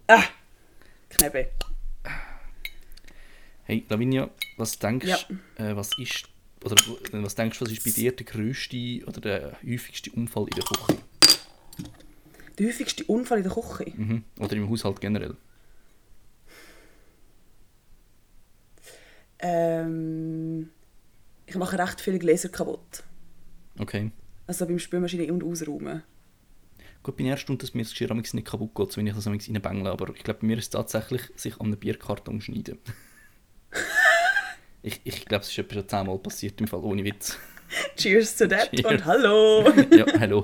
Knebbe. Hey, Lavinia, was denkst Ja. was ist bei dir der grösste oder der häufigste Unfall in der Küche? Der häufigste Unfall in der Küche? Oder im Haushalt generell? Ich mache recht viele Gläser kaputt. Okay. Also beim Spülmaschine und ausräumen. Gut, bin erst dass mir das Geschirr amigs nicht kaputt geht, so wenn ich das amigs reinbängle, aber ich glaube, bei mir ist es tatsächlich sich an einem Bierkarton schneiden. ich glaube, es ist etwa schon 10-mal passiert, im Fall ohne Witz. Cheers to that Cheers. und hallo! Ja, hallo.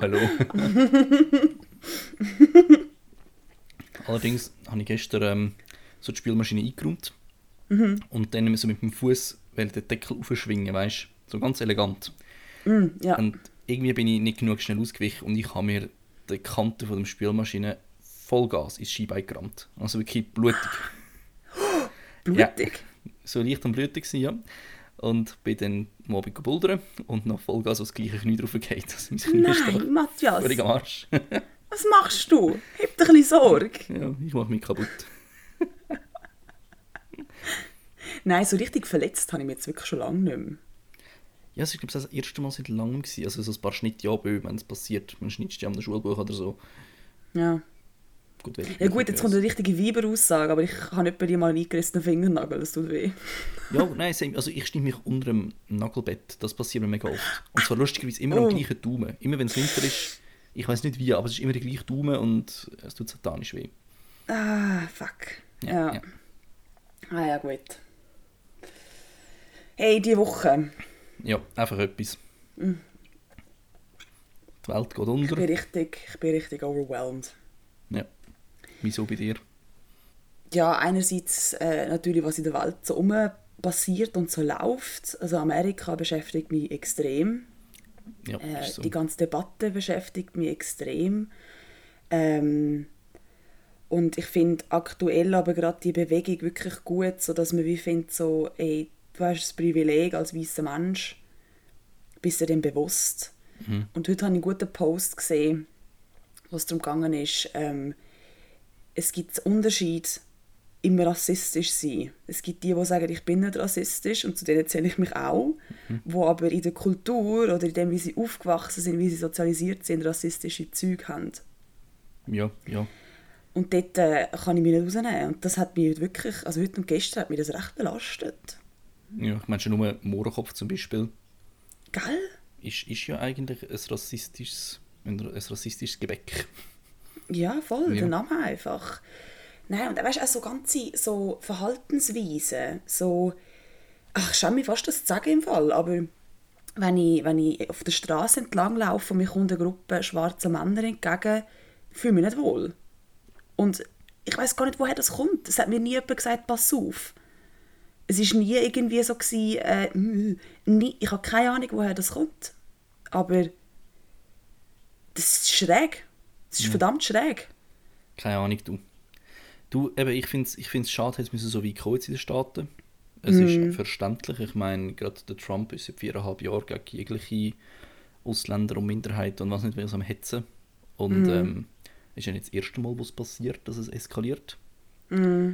Allerdings habe ich gestern so die Spülmaschine eingeräumt und dann so mit dem Fuß den Deckel aufschwingen, weißt du? So ganz elegant. Ja. Und irgendwie bin ich nicht genug schnell ausgewichen und ich habe mir die Kante von der Spülmaschine Vollgas ins Skibein gerammt. Also wirklich blutig. Blutig? Ja, so leicht am blutig gewesen, ja. Und bin dann am Abend gebouldern und noch Vollgas aufs gleiche Knie draufgefallen. Also mein Knie ist Nein, Matthias! völlig am Arsch. Was machst du? Hab dir ein bisschen Sorge. Ja, ich mache mich kaputt. Nein, so richtig verletzt habe ich mich jetzt wirklich schon lange nicht mehr. Ja, es war glaube ich das erste Mal seit langem gewesen. Also so ein paar Schnitte, ja, wenn es passiert. Man schnitzt ja am Schulbuch oder so. Ja. Gut, Ja gut, jetzt kommt eine richtige Weiberaussage, aber ich habe nicht bei dir mal einen eingerissenen Fingernagel, das tut weh. Ja, nein, also ich schneide mich unter dem Nagelbett. Das passiert mir mega oft. Und zwar lustigerweise immer am gleichen Daumen. Immer wenn es Winter ist, ich weiß nicht wie, aber es ist immer der gleiche Daumen und es tut satanisch weh. Ah, fuck. Ja. Ah ja, gut. Hey, diese Woche. Ja, einfach etwas. Die Welt geht unter. Ich bin richtig overwhelmed. Ja. Wieso bei dir? Ja, einerseits natürlich, was in der Welt so passiert und so läuft. Also Amerika beschäftigt mich extrem. Ja, ist so. Die ganze Debatte beschäftigt mich extrem. Und ich finde aktuell aber gerade die Bewegung wirklich gut, sodass man wie findet, so, ey, du hast das Privileg als weißer Mensch, bist dir dem bewusst. Und heute habe ich einen guten Post gesehen, wo es darum gegangen ist, es gibt einen Unterschied im rassistisch sein. Es gibt die sagen, ich bin nicht rassistisch, und zu denen zähle ich mich auch, wo aber in der Kultur oder in dem, wie sie aufgewachsen sind, wie sie sozialisiert sind, rassistische Züge haben. Ja. Und dort kann ich mich nicht rausnehmen. Und das hat mich wirklich, also heute und gestern hat mich das recht belastet. Ja, ich meine schon nur Mohrenkopf zum Beispiel. Gell? Ist ja eigentlich ein rassistisches Gebäck. Ja, voll, Ja. der Name einfach. Nein, und weißt du, auch so ganze so Verhaltensweisen, so, ach, schau mich fast das zu sagen im Fall, aber wenn ich auf der Straße entlang laufe und mir kommt eine Gruppe schwarzer Männer entgegen, fühle ich mich nicht wohl. Und ich weiß gar nicht, woher das kommt. Es hat mir nie jemand gesagt, pass auf. Es war nie irgendwie so, ich habe keine Ahnung, woher das kommt. Aber das ist schräg. Das ist verdammt schräg. Keine Ahnung, du eben, ich find's schade, dass es so weit kommen jetzt in den Staaten. Es ist verständlich. Ich meine, gerade der Trump ist seit 4,5 Jahren gegen jegliche Ausländer und Minderheiten und was nicht, was am Hetzen. Und ist ja nicht das erste Mal, wo es passiert, dass es eskaliert. Fun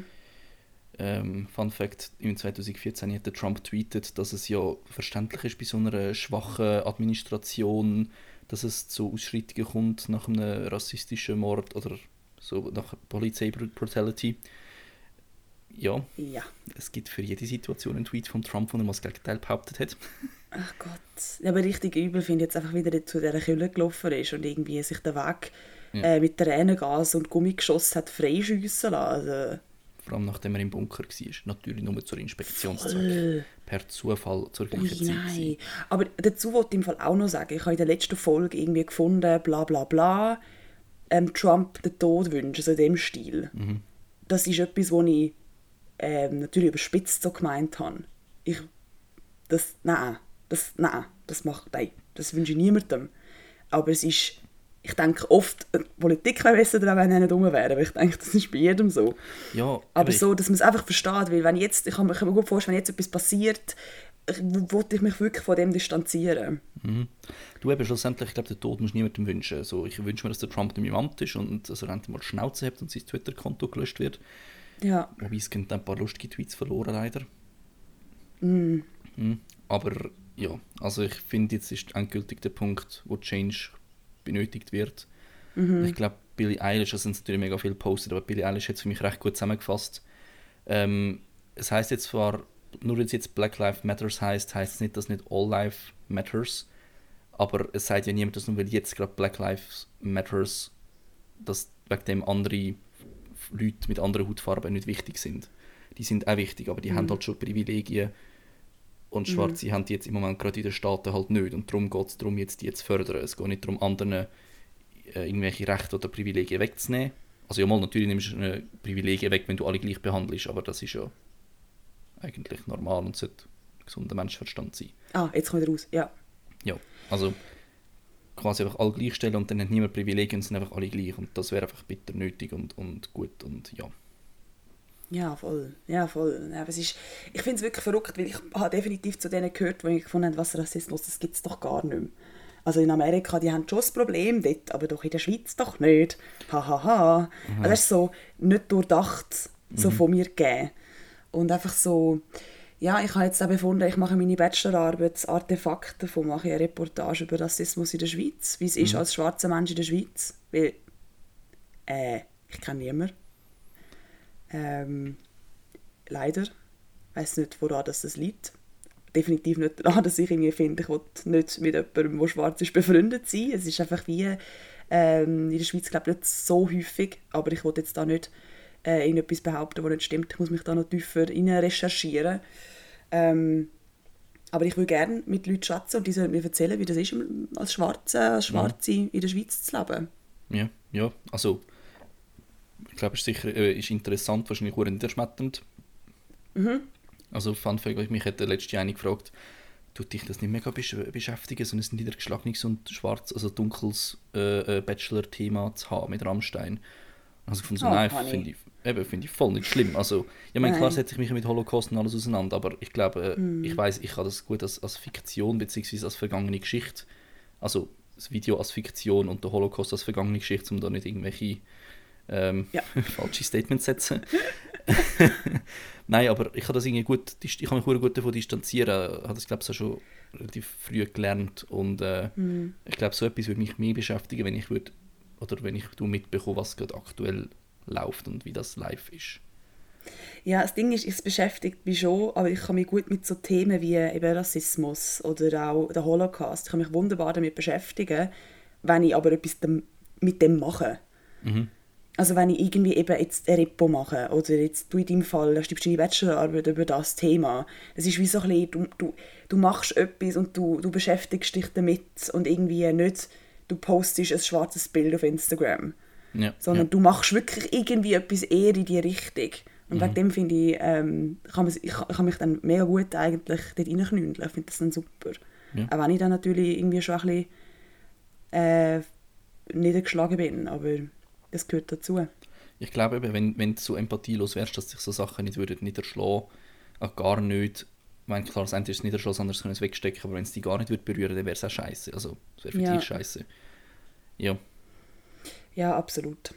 Fact, im 2014 hat der Trump tweetet, dass es ja verständlich ist bei so einer schwachen Administration, dass es zu Ausschreitungen kommt nach einem rassistischen Mord oder so nach Polizeibrutality. Ja, es gibt für jede Situation einen Tweet von Trump, wo er mal das Gegenteil behauptet hat. Ach Gott. Ja, aber richtig übel finde ich jetzt einfach wieder zu dieser Kühle gelaufen ist und irgendwie sich den Weg mit Tränengas und Gummigeschoss hat freischiessen lassen. Also, vor allem nachdem er im Bunker war. Natürlich nur zur Inspektionszweck. Per Zufall zur gleichen Zeit. Nein. Aber dazu wollte ich im Fall auch noch sagen, ich habe in der letzten Folge irgendwie gefunden, bla bla bla, Trump den Tod wünschen, so in dem Stil. Das ist etwas, was ich natürlich überspitzt so gemeint habe. Das wünsche ich niemandem. Aber es ist Ich denke oft, die Politik wäre besser daran, wenn er nicht dumm wäre, aber ich denke, das ist bei jedem so. Ja, aber so, dass man es einfach versteht, weil wenn jetzt, ich kann mir gut vorstellen, wenn jetzt etwas passiert, wollte ich mich wirklich von dem distanzieren. Du eben schlussendlich, ich glaube, den Tod musst du niemandem wünschen. Also, ich wünsche mir, dass der Trump nicht mehr im Amt ist und dass er endlich mal die Schnauze hat und sein Twitter-Konto gelöscht wird. Ja. Wobei es gibt ein paar lustige Tweets verloren, leider. Aber ja, also ich finde, jetzt ist endgültig der Punkt, wo Change benötigt wird. Ich glaube, Billie Eilish, das sind natürlich mega viel gepostet, aber Billie Eilish hat es für mich recht gut zusammengefasst. Es heisst jetzt zwar, nur dass jetzt Black Lives Matters heisst es nicht, dass nicht All Life Matters, aber es sagt ja niemand, dass nur weil jetzt gerade Black Lives Matters, dass wegen dem andere Leute mit anderen Hautfarben nicht wichtig sind. Die sind auch wichtig, aber die haben halt schon Privilegien und Schwarze haben die jetzt im Moment gerade in den Staaten halt nicht und darum geht es darum, jetzt die zu fördern. Es geht nicht darum, anderen irgendwelche Rechte oder Privilegien wegzunehmen. Also ja mal, natürlich nimmst du Privilegien weg, wenn du alle gleich behandelst, aber das ist ja eigentlich normal und sollte gesunder Menschenverstand sein. Ah, jetzt kommt er raus, ja. Ja, also quasi einfach alle gleichstellen und dann hat niemand Privilegien und sind einfach alle gleich und das wäre einfach bitter nötig und gut und ja. Ja, voll. Ja, voll. Ja, aber es ist, ich finde es wirklich verrückt, weil ich habe definitiv zu denen gehört, die ich gefunden habe, was Rassismus, das gibt es doch gar nicht mehr. Also in Amerika, die haben schon das Problem dort, aber doch in der Schweiz doch nicht. Hahaha. Also das ist so nicht durchdacht, so von mir gegeben. Und einfach so, ja, ich habe jetzt auch befunden, ich mache meine Bachelorarbeit, das Artefakt davon, mache ich eine Reportage über Rassismus in der Schweiz, wie es ist als schwarzer Mensch in der Schweiz. Weil, ich kenne niemanden. Leider. Ich weiss nicht, woran das liegt. Definitiv nicht daran, dass ich irgendwie finde, ich will nicht mit jemandem, der schwarz ist, befreundet sein. Es ist einfach wie in der Schweiz, glaube ich, nicht so häufig, aber ich will jetzt da nicht irgendetwas behaupten, was nicht stimmt. Ich muss mich da noch tiefer rein recherchieren. Aber ich würde gerne mit Leuten schätzen und die sollen mir erzählen, wie das ist, als Schwarze in der Schweiz zu leben. Ja, also ich glaube, es ist sicher ist interessant, wahrscheinlich auch niederschmetternd. Also Fun Fact, mich hat der letzte eine gefragt, tut dich das nicht mega beschäftigen, so ein niedergeschlagenes und schwarz, also dunkles Bachelor-Thema zu haben mit Rammstein? Also ich fand so, nein, finde ich voll nicht schlimm. Also, ich meine, klar setze ich mich mit Holocaust und alles auseinander, aber ich glaube, ich weiß, ich kann das gut als Fiktion bzw. als vergangene Geschichte, also das Video als Fiktion und der Holocaust als vergangene Geschichte, um da nicht irgendwelche falsche Statements setzen. Nein, aber ich kann das irgendwie gut, ich kann mich gut davon distanzieren. Ich habe das, glaube ich, auch schon relativ früh gelernt und ich glaube, so etwas würde mich mehr beschäftigen, wenn ich mitbekomme, was gerade aktuell läuft und wie das live ist. Ja, das Ding ist, es beschäftigt mich schon, aber ich kann mich gut mit so Themen wie eben Rassismus oder auch der Holocaust, ich kann mich wunderbar damit beschäftigen, wenn ich aber etwas mit dem mache. Also wenn ich irgendwie eben jetzt ein Repo mache oder jetzt du in deinem Fall schreibst deine Bachelorarbeit über das Thema. Es ist wie so ein bisschen, du machst etwas und du beschäftigst dich damit und irgendwie nicht, du postest ein schwarzes Bild auf Instagram. Sondern du machst wirklich irgendwie etwas eher in die Richtung. Und wegen dem finde ich, ich kann mich dann mega gut eigentlich dort reinknündeln. Ich finde das dann super. Ja. Auch wenn ich dann natürlich irgendwie schon ein bisschen niedergeschlagen bin, aber das gehört dazu. Ich glaube eben, wenn du so empathielos wärst, dass sich so Sachen nicht würden niederschlagen, auch gar nicht. Ich meine, klar, das eine ist es niederschlagen, anders können es wegstecken, aber wenn es die gar nicht berühren würde, dann wäre es auch scheiße. Also, es wäre für dich scheiße. Ja. Ja, absolut.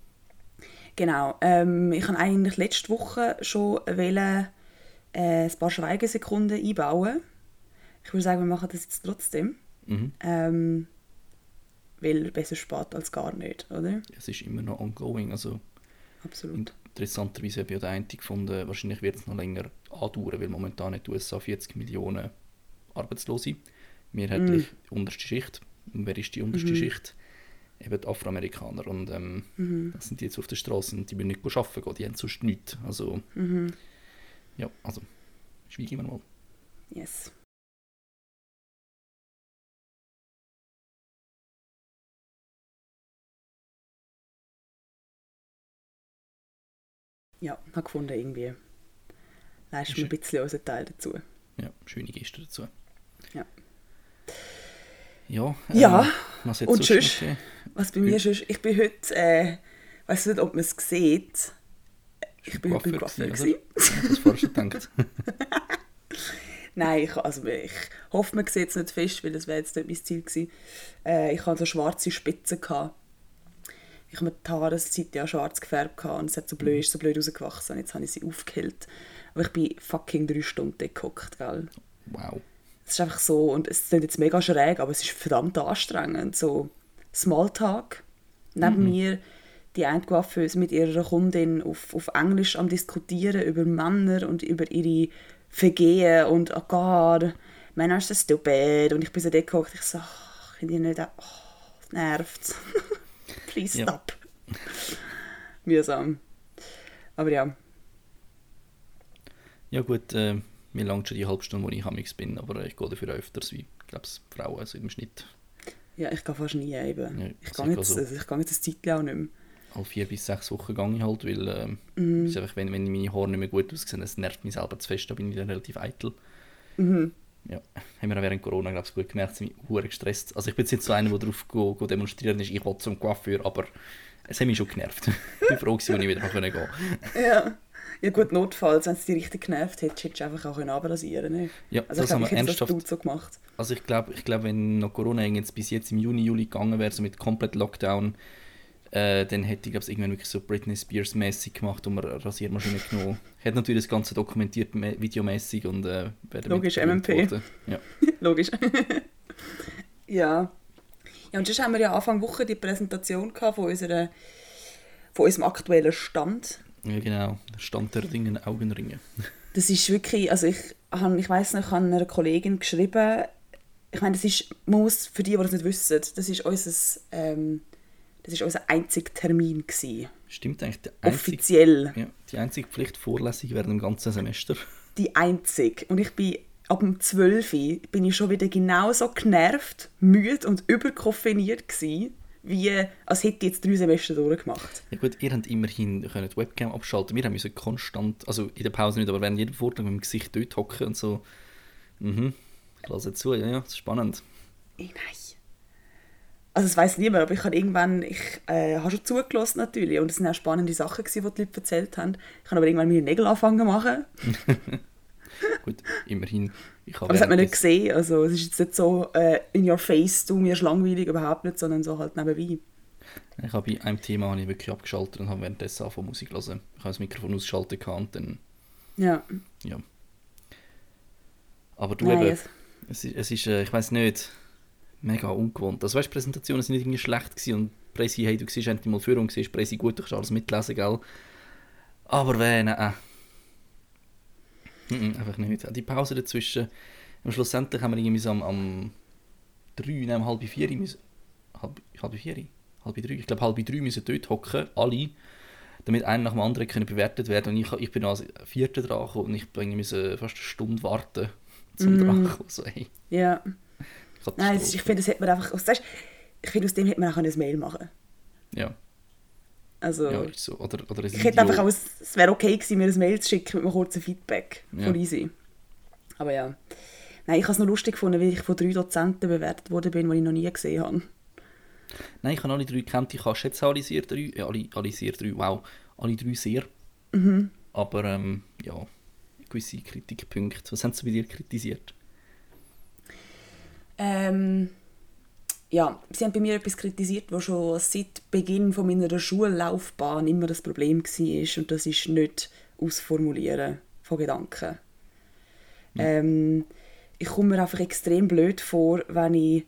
Genau. Ich wollte eigentlich letzte Woche schon ein paar Schweigesekunden einbauen. Ich würde sagen, wir machen das jetzt trotzdem. Weil besser spät als gar nicht, oder? Es ist immer noch ongoing. Also absolut. Interessanterweise habe ich auch den gefunden, wahrscheinlich wird es noch länger andauern, weil momentan in den USA 40 Millionen Arbeitslose. Mehrheitlich die unterste Schicht. Und wer ist die unterste Schicht? Eben die Afroamerikaner. Und das sind die jetzt auf der Straße und die müssen nicht arbeiten gehen, die haben sonst nichts. Also, ja, also, schweige immer mal. Yes. Ja, habe gefunden irgendwie. Leisten wir ein bisschen unseren Teil dazu. Ja, schöne Geste dazu. Ja. Ja, Ja, was jetzt und sonst sonst, noch gegeben? was bei mir sonst, ich bin heute, weiss nicht, ob man es sieht, ich bin heute beim Coiffeur Oder? gewesen. Ich habe das vorher schon gedacht. Nein, ich hoffe, man sieht es nicht fest, weil das wäre jetzt nicht mein Ziel gewesen. Ich hatte so schwarze Spitzen gehabt. Ich habe mir die Haare eine Zeit ja schwarz gefärbt gehabt und es hat ist so blöd rausgewachsen und jetzt habe ich sie aufgehellt. Aber ich bin fucking 3 Stunden dort gehockt, gell. Wow. Es ist einfach so, und es klingt jetzt mega schräg, aber es ist verdammt anstrengend. So Smalltalk. Neben mir die eine Coiffeuse mit ihrer Kundin auf Englisch am Diskutieren über Männer und über ihre Vergehen und «Oh Gott, Männer sind so stupid». Und ich bin so dort gehockt, ich so «Ach, ich nicht, das nervt. Please Ja. stop». Mühsam. Aber ja. Ja gut, mir langt schon die halbe Stunde, wo ich amix bin, aber ich gehe dafür öfters wie, ich glaube, Frauen also im Schnitt. Ja, ich gehe fast nie eben. Ja, ich gehe jetzt ein Zeitchen auch nicht mehr. Alle 4 bis 6 Wochen gehe ich halt, weil es einfach, wenn meine Haare nicht mehr gut aussehen, es nervt mich selber zu fest, da bin ich dann relativ eitel. Ja, haben wir auch während Corona, glaube ich, gut gemerkt, dass mich hure gestresst. Also ich bin jetzt nicht so einer, der darauf demonstrieren ist, ich will zum Coiffeur, aber es hat mich schon genervt. Ich bin froh gewesen, als ich wieder gehen konnte. Ja. Ja gut, notfalls, wenn es dich richtig genervt hätte, hättest du einfach auch abrasieren können. Ja, Also das haben wir ich hätte ernsthaft das so gemacht. Also ich glaube, wenn noch Corona jetzt bis jetzt im Juni, Juli gegangen wäre, so mit komplett Lockdown, dann hätte ich, glaube ich, irgendwann wirklich so Britney Spears-mäßig gemacht und mir Rasiermaschine genommen. Ich hätte natürlich das Ganze dokumentiert, videomäßig und wäre Logisch, berühmt MMP. worden. Ja. Logisch. Ja. Ja, und sonst haben wir ja Anfang Woche die Präsentation gehabt von unserem aktuellen Stand. Ja, genau. Stand der Dinge, Augenringe. Das ist wirklich, also ich weiss noch, ich habe einer Kollegin geschrieben, ich meine, das ist, man muss, für die das nicht wissen, das ist unser einziger Termin gewesen. Stimmt eigentlich. Offiziell. Ja, die einzige Pflichtvorlesung während dem ganzen Semester. Die einzige. Und ich bin ab dem 12. bin ich schon wieder genauso genervt, müde und überkoffeiniert gewesen, wie als hätte ich jetzt 3 Semester durchgemacht. Ja gut, ihr habt immerhin die Webcam abschalten. Wir müssen konstant, also in der Pause nicht, aber während jedem Vortrag mit dem Gesicht dort hocken und so. Ich lasse zu, ja, das ist spannend. Nein. Also das weiss niemand, aber ich habe schon zugelassen natürlich und es sind auch spannende Sachen gewesen, die die Leute erzählt haben. Ich habe aber irgendwann meine Nägel angefangen zu machen. Gut, immerhin. Aber das hat man nicht gesehen, also es ist jetzt nicht so in your face, du mir ist langweilig, überhaupt nicht, sondern so halt nebenbei. Ich habe bei einem Thema wirklich abgeschaltet und habe währenddessen angefangen Musik zu hören. Ich habe das Mikrofon ausgeschaltet und dann... Ja. Aber du eben, es ist ich weiss nicht, mega ungewohnt. Also weißt du, Präsentationen sind nicht irgendwie schlecht gewesen und Presse, hey, du siehst endlich mal Führung, du siehst Presse gut, du kannst alles mitlesen, gell? Aber einfach nicht. Die Pause dazwischen, schlussendlich haben wir irgendwie so um 3, um halb 4, ich glaube halb 3 müssen dort hocken, alle, damit einer nach dem anderen können bewertet werden. Und ich bin als Vierter dran gekommen und ich musste fast eine Stunde warten zum dran kommen. So, hey. Ja. Nein, ich finde, das hätte man einfach, weißt, ich finde, aus dem hätte man auch ein Mail machen können. Ja. Also, ja, ist so. Oder ein ich hätte einfach es wäre okay gewesen, mir ein Mail zu schicken mit einem kurzen Feedback von easy. Aber ja. Nein, ich habe es noch lustig gefunden, weil ich von 3 Dozenten bewertet worden bin, die ich noch nie gesehen habe. Nein, ich habe alle 3 gekannt. Ich schätze alle sehr 3. Ja, alle sehr 3. Wow. Alle 3 sehr. Aber ja, gewisse Kritikpunkte. Was haben sie bei dir kritisiert? Ja, sie haben bei mir etwas kritisiert, was schon seit Beginn von meiner Schullaufbahn immer das Problem war. Und das ist nicht Ausformulieren von Gedanken. Ich komme mir einfach extrem blöd vor, wenn ich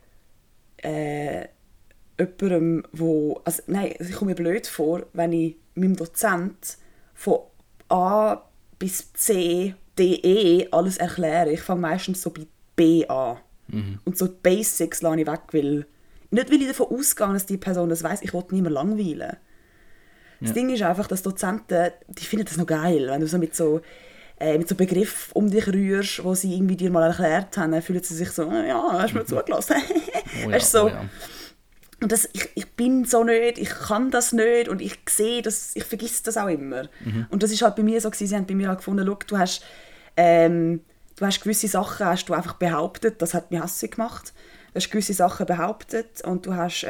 jemandem, ich komme mir blöd vor, wenn ich meinem Dozent von A bis C, D, E alles erkläre. Ich fange meistens so bei B an. Und so die Basics lasse ich weg, weil nicht weil ich davon ausgehe, dass die Person das weiss, ich will niemanden langweilen. Das Ding ist einfach, dass Dozenten, die finden das noch geil, wenn du so mit so Begriffen um dich rührst, die sie irgendwie dir mal erklärt haben, dann fühlen sie sich so, ja, hast du mir zugelassen. Weißt du, so. Und ich bin so nicht, ich kann das nicht und ich sehe das, ich vergesse das auch immer. Und das ist halt bei mir so gewesen, sie haben bei mir halt gefunden, schau, du hast gewisse Sachen hast du einfach behauptet, das hat mich hässlich gemacht. hast gewisse Sachen behauptet und du hast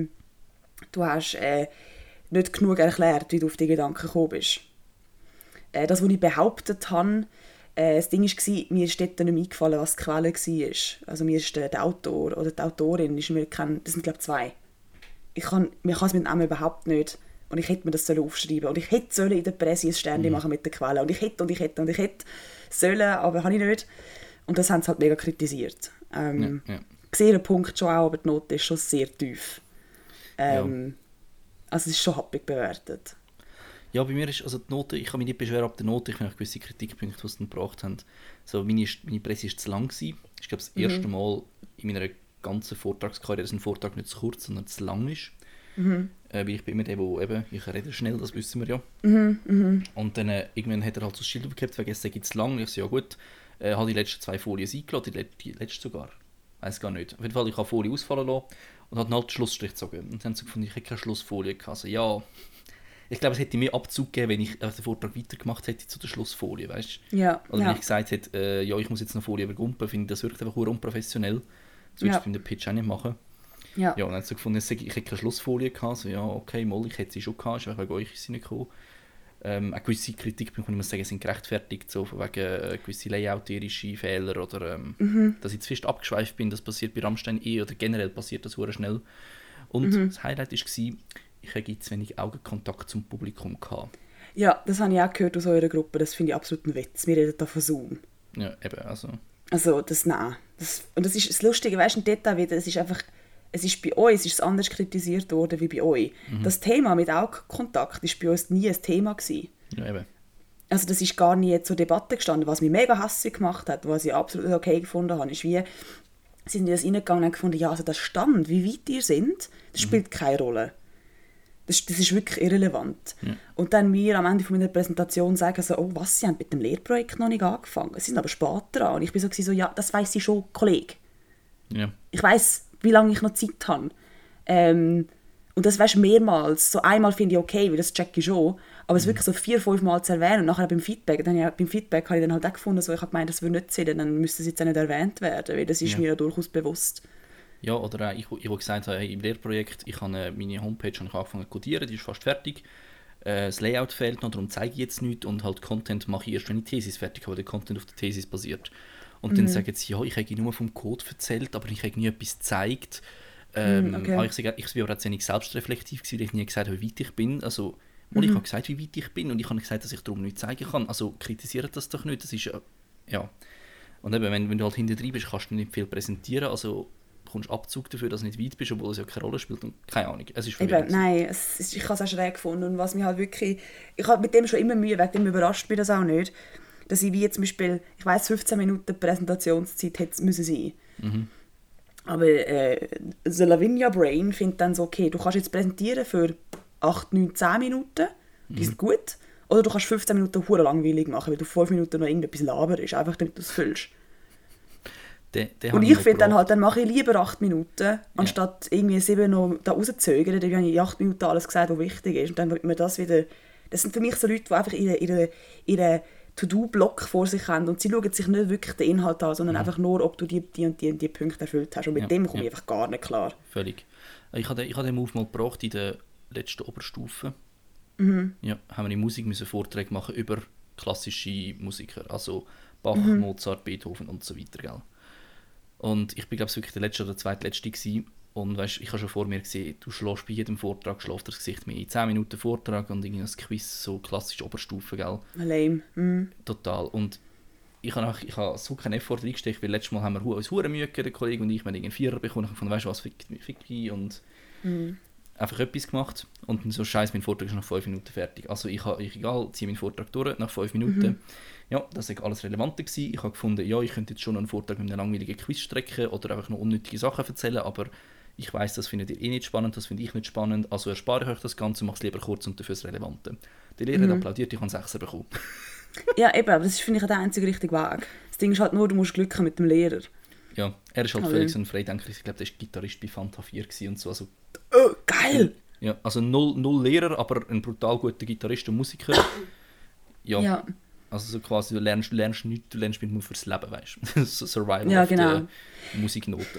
nicht genug erklärt, wie du auf die Gedanken gekommen bist. Das, was ich behauptet habe, das Ding war, mir ist dort nicht mehr eingefallen, was die Quelle war. Also mir ist der Autor oder die Autorin, ist mir bekannt, das sind glaube ich 2. Mir kann es mit dem Namen überhaupt nicht. Und ich hätte mir das aufschreiben sollen. Und ich hätte in der Presse ein Sternchen machen mit der Quelle. Und ich hätte sollen, aber habe ich nicht. Und das haben sie halt mega kritisiert. Ich sehe den Punkt schon auch, aber die Note ist schon sehr tief. Also es ist schon happig bewertet. Ja, bei mir ist also die Note, ich kann mich nicht beschweren ab der Note, ich finde auch gewisse Kritikpunkte, die sie dann gebracht haben. So, meine Presse war zu lang gewesen. Ich glaube, das erste Mal in meiner ganzen Vortragskarriere, dass ein Vortrag nicht zu kurz, sondern zu lang ist. Weil ich bin immer der, der eben, ich rede schnell, das wissen wir ja. Und dann irgendwann hat er halt so ein Schild aufgehabt, wegen es geht zu lang. Ich so, ja gut, habe die letzten 2 Folien eingeladen, die letzte sogar. Weiß gar nicht. Auf jeden Fall, ich habe Folie ausfallen lassen und habe dann halt den Schlussstrich gezogen. Und dann haben sie gefunden, ich hätte keine Schlussfolie gehabt. Also, ja, ich glaube, es hätte mehr Abzug gegeben, wenn ich den Vortrag weitergemacht hätte zu der Schlussfolie, weißt du? Ja. Oder wenn ich gesagt hätte, ja, ich muss jetzt eine Folie übergumpen, finde ich, das wirkt einfach unprofessionell. Das würdest du beim Pitch auch nicht machen. Ja, und dann haben sie gefunden, ich hätte keine Schlussfolie gehabt. So, ja, okay, mal, ich hätte sie schon gehabt, ist wegen euch ist sie nicht gekommen. Auch gewisse Kritikpunkte, muss ich sagen, sind gerechtfertigt, so von wegen gewisse layouterische Fehler oder dass ich zu fest abgeschweift bin, das passiert bei Rammstein oder generell passiert das sehr schnell. Und das Highlight war, ich hatte zu wenig Augenkontakt zum Publikum gehabt. Ja, das habe ich auch gehört aus eurer Gruppe, das finde ich absolut ein Witz. Wir reden da von Zoom. Ja, eben, also. Also, nein. Und das ist das Lustige, weißt du, im Detail wieder, es ist einfach, es ist bei uns ist es anders kritisiert worden wie bei euch. Das Thema mit Augenkontakt ist bei uns nie ein Thema gewesen. Ja, eben. Also das ist gar nie zur Debatte gestanden. Was mich mega hässlich gemacht hat, was ich absolut okay gefunden habe, ist wie, sie sind in das reingegangen und haben gefunden, ja, also der Stand, wie weit ihr seid, das spielt keine Rolle. Das ist wirklich irrelevant. Ja. Und dann mir am Ende meiner Präsentation sagen so, oh was, sie haben mit dem Lehrprojekt noch nicht angefangen. Sie sind aber spät dran. Und ich bin so, ja, das weiss ich schon, Kollege. Ja. Ich weiss, wie lange ich noch Zeit habe. Und das weisst mehrmals. So einmal finde ich okay, weil das check ich schon. Aber es wirklich so 4-5 Mal zu erwähnen und nachher beim Feedback habe ich dann halt auch gefunden, so, ich habe gemeint, das würde nicht sein, dann müsste es jetzt auch nicht erwähnt werden, weil das ist mir ja durchaus bewusst. Ja, oder auch ich gesagt habe, hey, im Lehrprojekt, ich habe meine Homepage angefangen zu codieren, die ist fast fertig. Das Layout fehlt noch, darum zeige ich jetzt nichts und halt Content mache ich erst, wenn ich Thesis fertig habe, der Content auf der Thesis basiert. Und dann sagen sie, ja, ich habe nur vom Code erzählt, aber ich habe nie etwas gezeigt. Okay. Ich war aber auch ziemlich selbstreflektiv, weil ich nie gesagt habe, wie weit ich bin. Also, ich habe gesagt, wie weit ich bin und ich habe gesagt, dass ich darum nichts zeigen kann. Also kritisiert das doch nicht, das ist ja. Und eben, wenn du halt hinten drin bist, kannst du nicht viel präsentieren, also bekommst Abzug dafür, dass du nicht weit bist, obwohl es ja keine Rolle spielt und keine Ahnung. Es ist verwirrend. Nein, ich habe es auch schräg gefunden und was mich halt wirklich, ich habe mit dem schon immer Mühe, wegen dem überrascht bin das auch nicht, dass ich wie zum Beispiel, ich weiss, 15 Minuten Präsentationszeit hätte es müssen sein. Aber the Lavinia Brain findet dann so, okay, du kannst jetzt präsentieren für 8, 9, 10 Minuten, die sind gut, oder du kannst 15 Minuten hure langweilig machen, weil du 5 Minuten noch irgendetwas laberst, einfach damit du es füllst. Und ich finde dann halt, dann mache ich lieber 8 Minuten, anstatt irgendwie 7 noch da rauszögern, dann habe ich in 8 Minuten alles gesagt, was wichtig ist. Und dann wird mir das wieder... Das sind für mich so Leute, die einfach ihre To-Do-Block vor sich haben und sie schauen sich nicht wirklich den Inhalt an, sondern einfach nur, ob du die Punkte erfüllt hast. Und mit dem komme ich einfach gar nicht klar. Völlig. Ich habe den Move mal gebracht in der letzten Oberstufe. Ja, haben wir in Musik müssen Vorträge machen über klassische Musiker, also Bach, Mozart, Beethoven und so weiter, gell? Und ich bin, glaube ich, wirklich der letzte oder zweitletzte gewesen. Und weißt, ich habe schon vor mir gesehen, du schläfst bei jedem Vortrag, schläft das Gesicht mehr. 10 Minuten Vortrag und irgendwie ein Quiz, so klassisch Oberstufe, gell? Lame. Total. Und ich habe so keinen Effort reingesteckt, weil letztes Mal haben wir uns Mühe gegeben, der Kollege und ich, wir haben einen Vierer bekommen. Ich fand, weißt du was, fick mich und einfach etwas gemacht. Und dann so, scheiße, mein Vortrag ist nach 5 Minuten fertig. Also ich ziehe meinen Vortrag durch, nach 5 Minuten. Ja, das war alles Relevante gewesen. Ich habe gefunden, ja, ich könnte jetzt schon einen Vortrag mit einer langweiligen Quiz strecken oder einfach noch unnötige Sachen erzählen, aber ich weiss, das findet ihr eh nicht spannend, das finde ich nicht spannend, also erspare ich euch das Ganze und mache es lieber kurz und dafür das Relevante. Der Lehrer hat applaudiert, ich habe einen 6er bekommen. Ja, eben, aber das finde ich der einzige richtige Weg. Das Ding ist halt nur, du musst Glück haben mit dem Lehrer. Ja, er ist halt völlig so ein Freidenker. Ich glaube, der war Gitarrist bei Fanta 4 und so. Also, oh, geil! Ja, also null Lehrer, aber ein brutal guter Gitarrist und Musiker. Ja. Also so quasi, du lernst nichts, du lernst nur fürs Leben, weißt du. So Survival ja, genau. Musiknoten.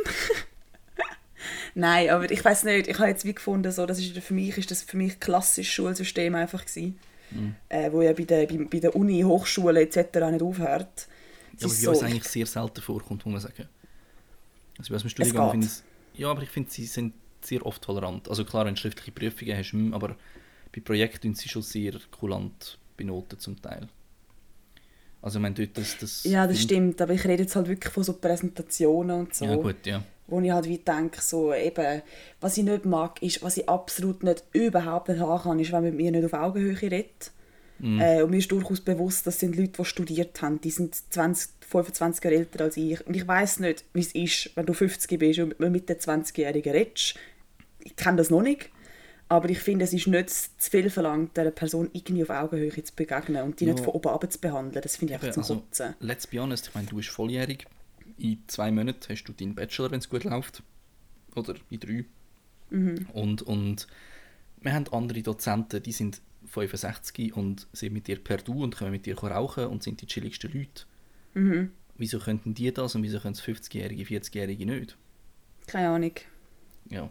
Nein, aber ich weiß nicht, ich habe jetzt wie gefunden, so, für mich klassisches Schulsystem einfach gewesen, wo ja bei der Uni, Hochschule etc. nicht aufhört. Ja, aber bei uns eigentlich sehr selten vorkommt, muss man sagen. Also bei uns im Studiengang finde ich, ja, aber ich finde, sie sind sehr oft tolerant. Also klar, wenn du schriftliche Prüfungen hast, aber bei Projekten sind sie schon sehr kulant benoten zum Teil. Also ich meine, dort das ja, das stimmt, aber ich rede jetzt halt wirklich von so Präsentationen und so. Ja, gut, ja. Wo ich halt wie denke, so eben, was ich nicht mag, ist, was ich absolut überhaupt nicht haben kann, ist, wenn man mit mir nicht auf Augenhöhe redet. Und mir ist durchaus bewusst, das sind Leute, die studiert haben, die sind 25 Jahre älter als ich. Und ich weiss nicht, wie es ist, wenn du 50 bist und mit den 20-Jährigen redest. Ich kenne das noch nicht. Aber ich finde, es ist nicht zu viel verlangt, dieser Person irgendwie auf Augenhöhe zu begegnen und die nicht von oben runter zu behandeln. Das finde ich einfach zum Kotzen. Let's be honest, ich meine, du bist volljährig. In 2 Monaten hast du deinen Bachelor, wenn es gut läuft. Oder in 3. Und wir haben andere Dozenten, die sind 65 und sind mit dir per Du und können mit dir rauchen und sind die chilligsten Leute. Wieso könnten die das und wieso können es 50-Jährige, 40-Jährige nicht? Keine Ahnung. Ja.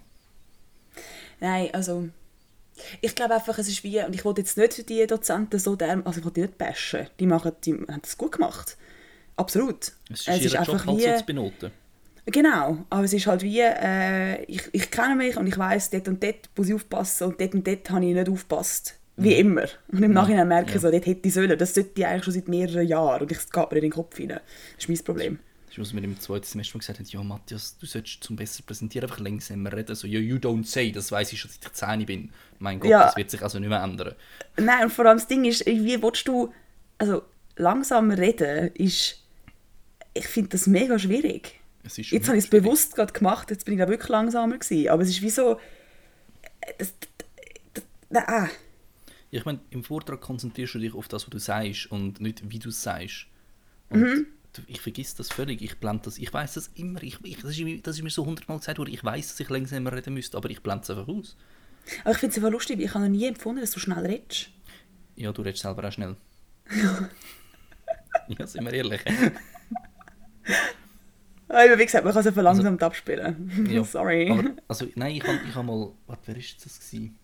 Nein, also ich glaube einfach, es ist wie, und ich wollte jetzt nicht für die Dozenten so also ich wollte die nicht bashen, die haben das gut gemacht. Absolut. Es ist einfach Job, halt so zu benoten. Genau, aber es ist halt wie, ich kenne mich und ich weiss, dort und dort muss ich aufpassen und dort habe ich nicht aufgepasst. Wie immer. Und im Nachhinein merke ich so, dort hätte ich sollen. Das sollte ich eigentlich schon seit mehreren Jahren und es geht mir in den Kopf rein. Das ist mein Problem. Das ist, was wir im 2. Semester gesagt haben, ja Matthias, du solltest zum besser präsentieren einfach langsamer reden. So, ja, you don't say, das weiss ich schon, seit ich 10 bin. Mein Gott, das wird sich also nicht mehr ändern. Nein, und vor allem das Ding ist, wie willst du, also langsamer reden ist, ich finde das mega schwierig. Jetzt habe ich es bewusst gerade gemacht, jetzt bin ich wirklich langsamer gewesen. Aber es ist wie so, Ich meine, im Vortrag konzentrierst du dich auf das, was du sagst und nicht, wie du es sagst. Und ich vergesse das völlig, ich blende das, ich weiss das immer, das ist mir so 100-mal gesagt worden, ich weiss, dass ich langsamer reden müsste, aber ich blende es einfach aus. Aber ich finde es einfach lustig, ich habe noch nie empfunden, dass du schnell redest. Ja, du redest selber auch schnell. Ja, sind wir ehrlich. Wie gesagt, man kann es einfach langsam abspielen. Ja, sorry. Aber, also, nein, ich habe mal, wer war das gewesen?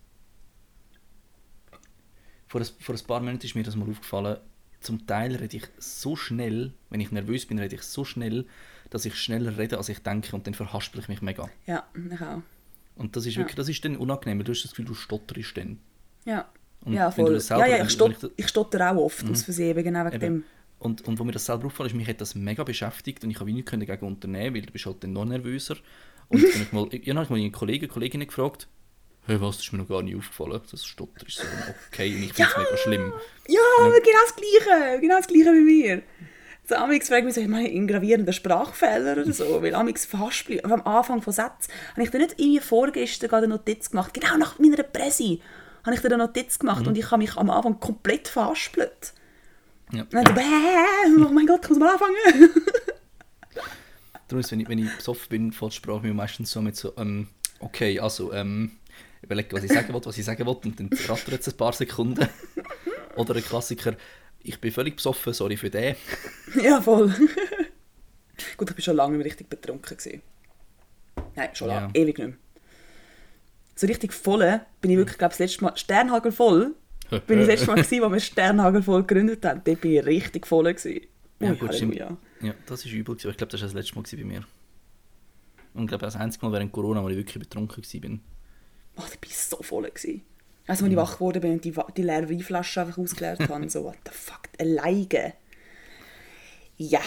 Vor ein paar Monaten ist mir das mal aufgefallen. Zum Teil rede ich so schnell, wenn ich nervös bin, rede ich so schnell, dass ich schneller rede, als ich denke und dann verhaspel ich mich mega. Ja, ich auch. Und das ist wirklich, das ist dann unangenehm, du hast das Gefühl, du stotterst dann. Ja, und ja voll. Ich stotter auch oft aus Versehen, genau wegen dem. Und wo mir das selber aufgefallen ist, mich hat das mega beschäftigt und ich habe nichts dagegen unternehmen, weil du bist halt dann noch nervöser. Und dann habe ich mal einen Kolleginnen gefragt, hey, was, das ist mir noch gar nicht aufgefallen. Das Stotter ist so okay und ich finde es mega schlimm. Ja, aber genau das Gleiche wie mir. So, amix fragt mich so, ich meine, einen gravierenden Sprachfehler oder so, weil amix verhaspel ich. Am Anfang von Sätzen habe ich dann nicht irgendwie vorgestern gerade eine Notiz gemacht, genau nach meiner Präsi habe ich dann eine Notiz gemacht und ich habe mich am Anfang komplett verhaspelt. Ja. Und dann so, oh mein Gott, ich muss mal anfangen. Darum ist, wenn ich besoffen bin, fällt die Sprache mir meistens so mit so, okay, also, überlege, was ich sagen will und dann rattert es ein paar Sekunden. Oder ein Klassiker, ich bin völlig besoffen, sorry für den. Ja, voll. Gut, ich war schon lange nicht mehr richtig betrunken gewesen. Nein, schon lange, ewig nicht mehr. So richtig voll bin ich wirklich, glaube ich, das letzte Mal, sternhagelvoll, bin ich das letzte Mal gewesen, als wir sternhagelvoll gegründet haben. Dort bin ich richtig voll gewesen. Ja, gut, stimmt. Ja, das war übel. Ich glaube, das war das letzte Mal bei mir. Und ich glaube, das einzige Mal während Corona, wo ich wirklich betrunken war. Oh, ich war so voll gewesen. Also, als ich wach geworden bin und die leere Weinflasche einfach ausgeleert habe, so, what the fuck, alleine. Ja.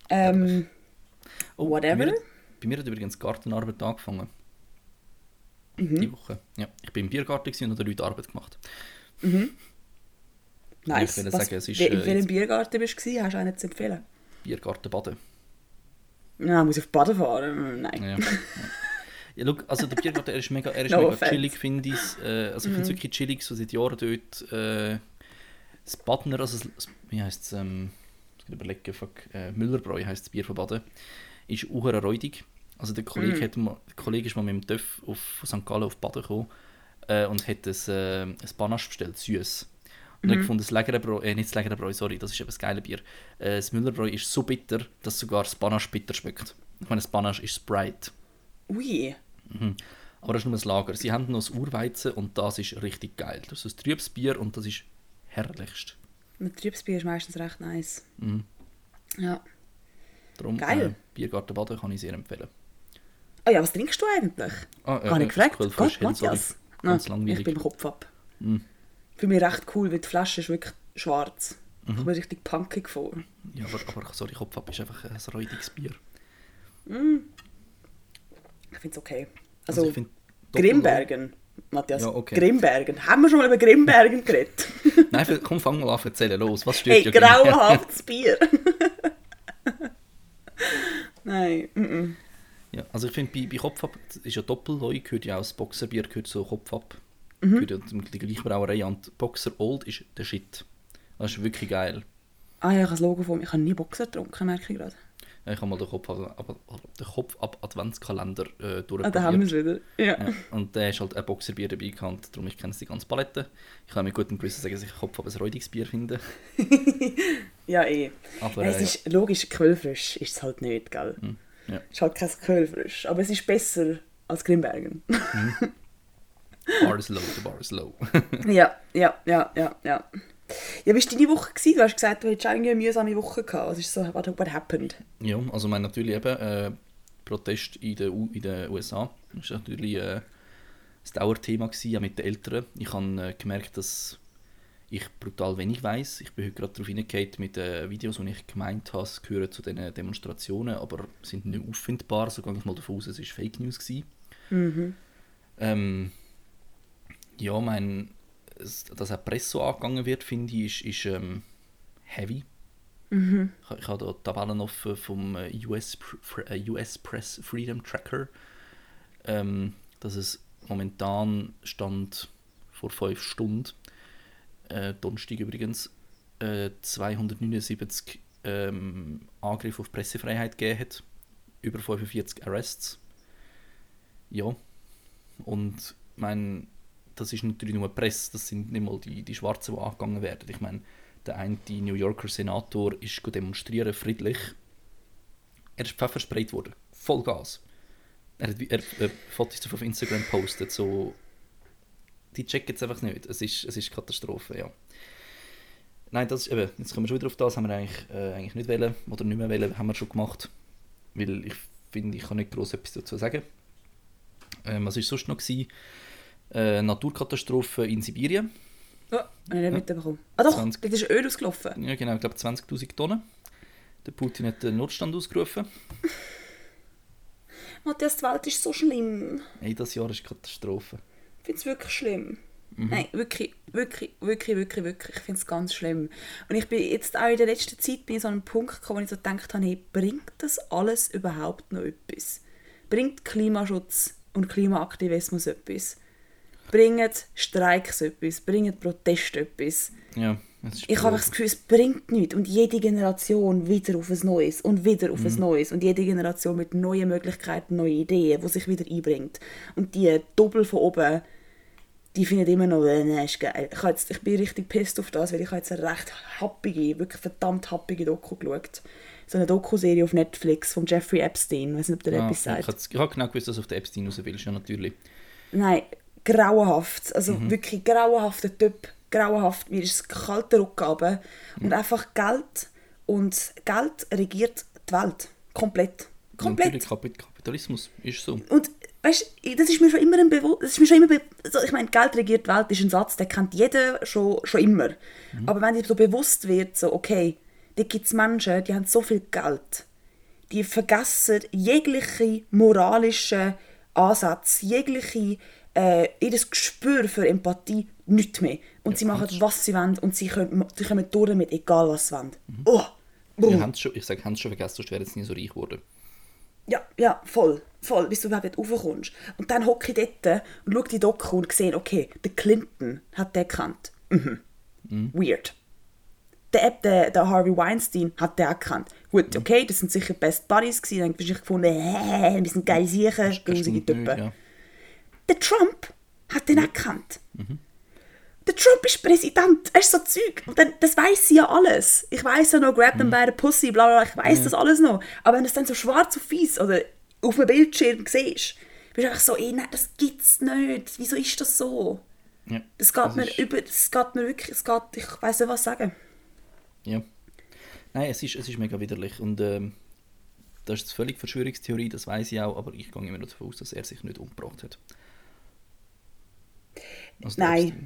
Whatever. Bei mir hat übrigens Gartenarbeit angefangen. Die Woche. Ja, ich war im Biergarten und habe Leute Arbeit gemacht. Nice. In welchem Biergarten bist du? Hast du einen zu empfehlen? Biergarten Baden. Ja, muss ich auf Baden fahren? Nein. Ja. Ja, look, also der Biergarten, er ist mega chillig, finde ich. Also ich finde es wirklich chillig, so seit Jahren dort. Das Badner, also wie heisst es? Ich muss überlegen, Müllerbräu heisst das Bier von Baden. Ist auch räudig. Also der Kollege, ist mal mit dem Töff von St. Gallen auf Baden gekommen und hat ein Panache bestellt, süß. Und ich fand das Lägerebräu, nicht das Lägerebräu, sorry, das ist eben das geile Bier. Das Müllerbräu ist so bitter, dass sogar das Panache bitter schmeckt. Ich meine, das Panache ist Sprite. Ui. Aber das ist nur ein Lager. Sie haben noch das Urweizen und das ist richtig geil. Das ist ein trübes Bier und das ist herrlichst. Ein trübes Bier ist meistens recht nice. Ja. Darum, Geil. Biergarten Baden kann ich sehr empfehlen. Oh ja, was trinkst du eigentlich? Gar nicht gefragt. Gott, Matthias. Ganz Ja, langweilig. ich bin im Kopf ab. Für mich recht cool, weil die Flasche ist wirklich schwarz. Ich komme mir richtig punkig vor. Ja, aber sorry, Kopf ab ist einfach ein räudiges Bier. Ich finde es okay. Also ich find Grimbergen, Matthias. Ja, okay. Grimbergen. Haben wir schon mal über Grimbergen geredet? Nein, komm, fang mal an, erzählen, los. Was steht Hey, grauenhaftes Bier. Nein. Ja, also ich finde, bei Kopf ab, das ist ja Doppelleu, gehört ja auch das Boxerbier, gehört so Kopf ab. Gehört ja die gleiche Brauerei an. Boxer Old ist der Shit. Das ist wirklich geil. Ah ja, ich habe das Logo vor mir. Ich habe nie Boxer getrunken, merke ich gerade. Ja, ich habe mal den Kopf ab Adventskalender durchprobiert. Ah, da haben wir es wieder. Ja. Ja, und der ist halt ein Boxerbier dabei gehabt, darum ich kenne die ganze Palette. Ich kann mit gutem Gewissen sagen, dass ich Kopf ab ein räudiges Bier finde. Ja, eh. Aber, es ist logisch, Quellfrisch ist es halt nicht, gell? Ja. Es ist halt kein Quellfrisch, aber es ist besser als Grimbergen. Bar is low, the bar is low. Ja. Ja, wie war deine Woche gewesen? Du hast gesagt, du hättest eigentlich eine mühsame Woche gehabt. Was ist so, what happened? Ja, also mein natürlich eben Protest in den USA. Das war natürlich das Dauerthema gewesen, auch mit den Eltern. Ich habe gemerkt, dass ich brutal wenig weiss. Ich bin heute gerade darauf hingegangen mit den Videos, die ich gemeint habe, es gehören zu diesen Demonstrationen, aber sind nicht auffindbar. So gehe ich mal davon aus, es war Fake News gewesen. Ja, dass auch die Presse so angegangen wird, finde ich, ist heavy. Ich habe da Tabellen offen vom US Press Freedom Tracker, dass es momentan stand vor 5 Stunden, Donnerstag übrigens, 279 Angriffe auf Pressefreiheit gegeben hat, über 45 Arrests. Ja, und das ist natürlich nur Presse, das sind nicht mal die Schwarzen, die angegangen werden. Ich meine, der eine New Yorker Senator ist demonstrieren, friedlich. Er ist pfeffersprayt worden, voll Gas. Er hat Fotos auf Instagram gepostet, so. Die checken es einfach nicht. Es ist Katastrophe, ja. Nein, das ist eben, jetzt kommen wir schon wieder auf das, haben wir eigentlich nicht wollen, oder nicht mehr wollen, haben wir schon gemacht. Weil ich finde, ich kann nicht gross etwas dazu sagen. Was war sonst noch gewesen? Naturkatastrophe in Sibirien. Ja, habe ich nicht mitbekommen. Ah doch, 20. das ist Öl ausgelaufen. Ja genau, ich glaube 20'000 Tonnen. Der Putin hat den Notstand ausgerufen. Matthias, die Welt ist so schlimm. Hey, das Jahr ist Katastrophe. Ich finde es wirklich schlimm. Nein, wirklich. Ich finde es ganz schlimm. Und ich bin jetzt auch in der letzten Zeit bin ich so an einen Punkt gekommen, wo ich so gedacht habe, hey, bringt das alles überhaupt noch etwas? Bringt Klimaschutz und Klimaaktivismus etwas? Bringt Streiks etwas? Bringt Protest etwas? Ja, ich habe das Gefühl, es bringt nichts. Und jede Generation wieder auf ein Neues und wieder auf ein Neues. Und jede Generation mit neuen Möglichkeiten, neuen Ideen, die sich wieder einbringt. Und die Doppel von oben, die finden immer noch, ist geil. Ich bin richtig pissed auf das, weil ich habe jetzt eine recht happige, wirklich verdammt happige Doku geschaut. So eine Dokuserie auf Netflix von Jeffrey Epstein. Ich weiß nicht, ob der etwas sagt. Ich habe genau gewusst, dass du auf den Epstein raus willst, ja natürlich. Nein, grauenhaft. Also wirklich grauenhafter Typ. Grauenhaft. Mir ist es kalter Rücken runter. Und einfach Geld. Und Geld regiert die Welt. Komplett. Natürlich, Kapitalismus ist so. Und weißt, das ist mir schon immer also ich meine, Geld regiert die Welt ist ein Satz, den kennt jeder schon immer. Aber wenn dir so bewusst wird, so, okay, da gibt es Menschen, die haben so viel Geld, die vergessen jegliche moralische Ansätze, jedes Gespür für Empathie nicht mehr. Und sie machen, was sie wollen und sie kommen durch mit egal was sie wollen. Oh, ich sage, haben sie schon vergessen, sonst wären sie nie so reich geworden. Ja, voll, bis du überhaupt raufkommst. Und dann hocke ich dort und schaue die Doku und sehe, okay, der Clinton hat den gekannt. Weird. Der Harvey Weinstein hat den erkannt. Gut, okay, das sind sicher Best Buddies gewesen. Dann habe ich gefunden, wir sind geile Siechen, grusige Typen. Ja. Der Trump hat den erkannt. der Trump ist Präsident, er ist so Zeug. Und dann, das weiss sie ja alles. Ich weiss ja noch, grab them by the pussy, bla bla, ich weiss das alles noch. Aber wenn du es dann so schwarz auf weiß oder auf einem Bildschirm siehst, bist du einfach so, nein, das gibt's nicht. Wieso ist das so? Ja, das geht mir wirklich, ich weiss nicht, was sagen. Ja. Nein, es ist mega widerlich. Und das ist völlig Verschwörungstheorie, das weiss ich auch, aber ich gehe immer noch davon aus, dass er sich nicht umgebracht hat. Also Nein.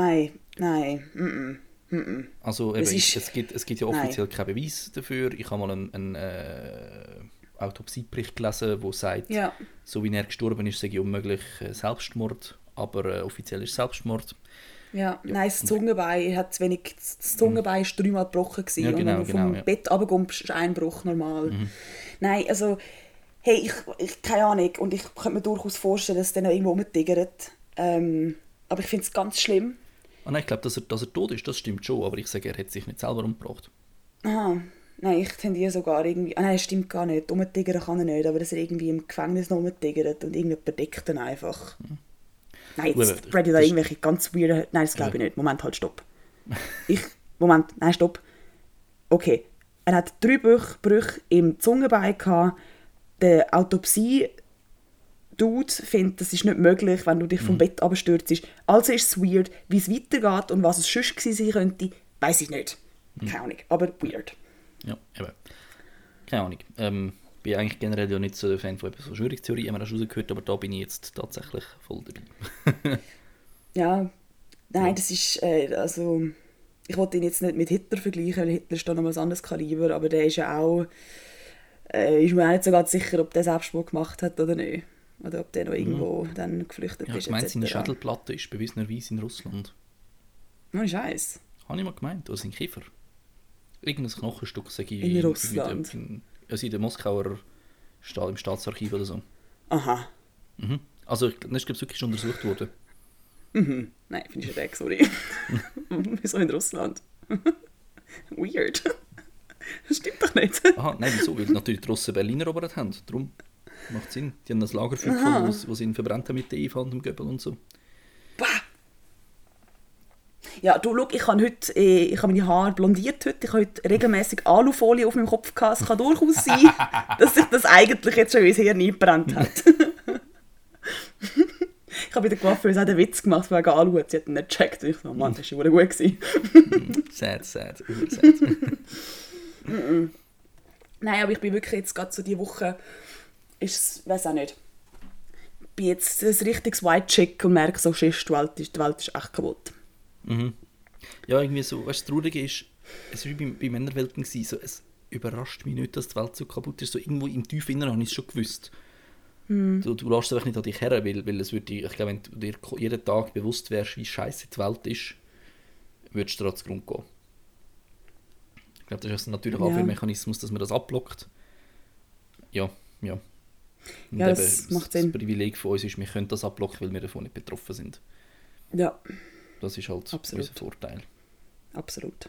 Also eben, es gibt ja offiziell keinen Beweis dafür. Ich habe mal einen Autopsiebericht gelesen, der sagt, so wie er gestorben ist, sei es unmöglich Selbstmord, aber offiziell ist Selbstmord. Ja, nein, das Zungenbein hat zu wenig, das Zungenbein war 3-mal gebrochen gewesen, Ja, genau, und wenn du vom Bett runterkommst, ist ein Bruch normal. Nein, also, hey, ich keine Ahnung, und ich könnte mir durchaus vorstellen, dass es dann noch irgendwo rumtigert. Aber ich finde es ganz schlimm. Nein, ich glaube, dass er tot ist, das stimmt schon, aber ich sage, er hat sich nicht selber umgebracht. Aha, nein, ich tendiere sogar irgendwie, nein, das stimmt gar nicht, rumtigern kann er nicht, aber dass er irgendwie im Gefängnis noch rumtigert und irgendjemand deckt ihn einfach. Nein, jetzt spreche ich da irgendwelche ganz weirden... Nein, das glaube ich nicht. Moment, halt, stopp. Nein, stopp. Okay, er hat 3 Brüche im Zungenbein gehabt. Der Autopsie-Dude findet, das ist nicht möglich, wenn du dich vom Bett abstürzt. Also ist es weird. Wie es weitergeht und was es sonst gewesen sein könnte, weiss ich nicht. Keine Ahnung, aber weird. Ja, eben. Keine Ahnung. Bin eigentlich generell ja nicht so der Fan von so Verschwörungstheorien, haben wir auch schon rausgehört, aber da bin ich jetzt tatsächlich voll dabei. Ja, nein, das ist, also, ich wollte ihn jetzt nicht mit Hitler vergleichen, weil Hitler ist da noch ein anderes Kaliber, aber der ist ja auch, ist mir auch nicht so ganz sicher, ob der Selbstmord gemacht hat oder nicht. Oder ob der noch irgendwo dann geflüchtet ist. Ich meine, seine Schädelplatte ist bewiesenerweise in Russland. Oh, Scheiß. Habe ich mal gemeint, oder sein Kiefer. Irgendein Knochenstück sage ich in Russland. Also in der Moskauer im Staatsarchiv oder so. Aha. Also das ist, glaube ich, wirklich schon untersucht worden. Nein, finde ich schräg, sorry. Wieso in Russland? Weird. Das stimmt doch nicht. Aha, nein, wieso? Weil natürlich die Russen Berlin erobert haben. Darum macht Sinn. Die haben das Lagerfeuer gefunden, wo sie ihn verbrannt haben mit der IV und dem Göbel und so. Bah! Ja, du, schau, ich habe meine Haare blondiert heute. Ich habe heute regelmäßig Alufolie auf meinem Kopf gehabt. Es kann durchaus sein, dass sich das eigentlich jetzt schon ins Hirn eingebrannt hat. Ich habe bei der Coiffeuse auch einen Witz gemacht wegen Alu. Sie hat ihn nicht gecheckt. Ich so, Mann, das war schon gut gewesen. Sad. Nein, aber ich bin wirklich jetzt gerade so diese Woche, weiß auch nicht, ich bin jetzt ein richtiges White Chick und merke so, Schiss, die Welt ist echt kaputt. Ja, irgendwie so, weißt du, das Traurige ist, es war wie bei Männerwelten, so, es überrascht mich nicht, dass die Welt so kaputt ist. So, irgendwo im tiefen Inneren habe ich es schon gewusst. Du lässt es einfach nicht an dich her, weil es würde, ich glaube, wenn du dir jeden Tag bewusst wärst, wie scheiße die Welt ist, würdest du daran zugrunde gehen. Ich glaube, das ist ein natürlicher Abwehrmechanismus, dass man das abblockt. Ja. Und ja, das macht Sinn. Das Privileg von uns ist, wir können das abblocken, weil wir davon nicht betroffen sind. Ja. Das ist halt Absolut. unser Vorteil. Absolut.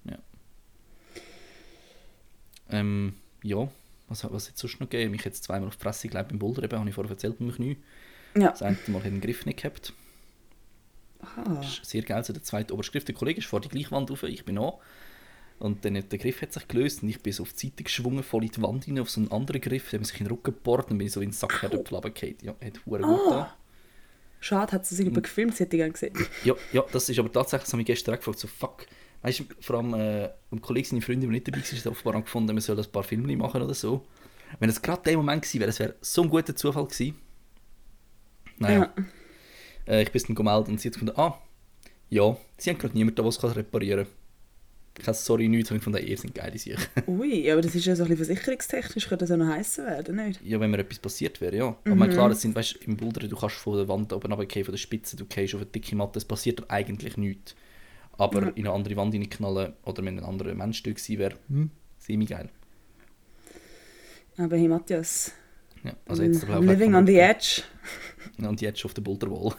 Ja. Was hat es sonst noch gegeben? Mich jetzt zweimal auf die Fresse gelegt beim Boulder, habe ich vorher erzählt mit dem Knie. Ja. Das eine Mal hat den Griff nicht gehabt. Das ist sehr geil. Also der zweite oberste Griff, der Kollege ist vor die gleiche Wand rauf, ich bin an. Und dann der Griff hat sich gelöst und ich bin so auf die Seite geschwungen, voll in die Wand rein, auf so einen anderen Griff. Der hat sich in den Rücken gebohrt und bin so in den Sack runtergefallen. Ja, hat verdammt gut getan. Schade, hat sie irgendwie gefilmt, sie hätte ich gerne gesehen. Ja, das ist aber tatsächlich, das habe ich gestern auch gefragt, so fuck. Weißt du, vor allem ein Kollege, seine Freundin, die nicht dabei war, hat offenbar gefunden, man soll ein paar Filme machen oder so. Wenn es gerade der Moment gewesen wäre, das wäre so ein guter Zufall gewesen. Naja. Ja. Ich bin dann gemeldet und sie hat gefunden, ja, sie haben gerade niemanden, der es reparieren kann. Ich habe sorry, nichts, sondern von der sind geile Sachen. Ui, aber das ist ja so ein bisschen versicherungstechnisch, könnte das ja noch heissen werden, nicht? Ja, wenn mir etwas passiert wäre, ja. Aber klar, das sind, weißt, im Boulder, du kannst von der Wand oben runterfallen, von der Spitze, du gehst auf eine dicke Matte, es passiert eigentlich nichts. Aber in eine andere Wand reinknallen oder wenn ein anderer Mensch da gewesen wäre, ziemlich geil. Aber hey, Matthias, ja, also jetzt living on the edge. Und jetzt auf der Boulderwall.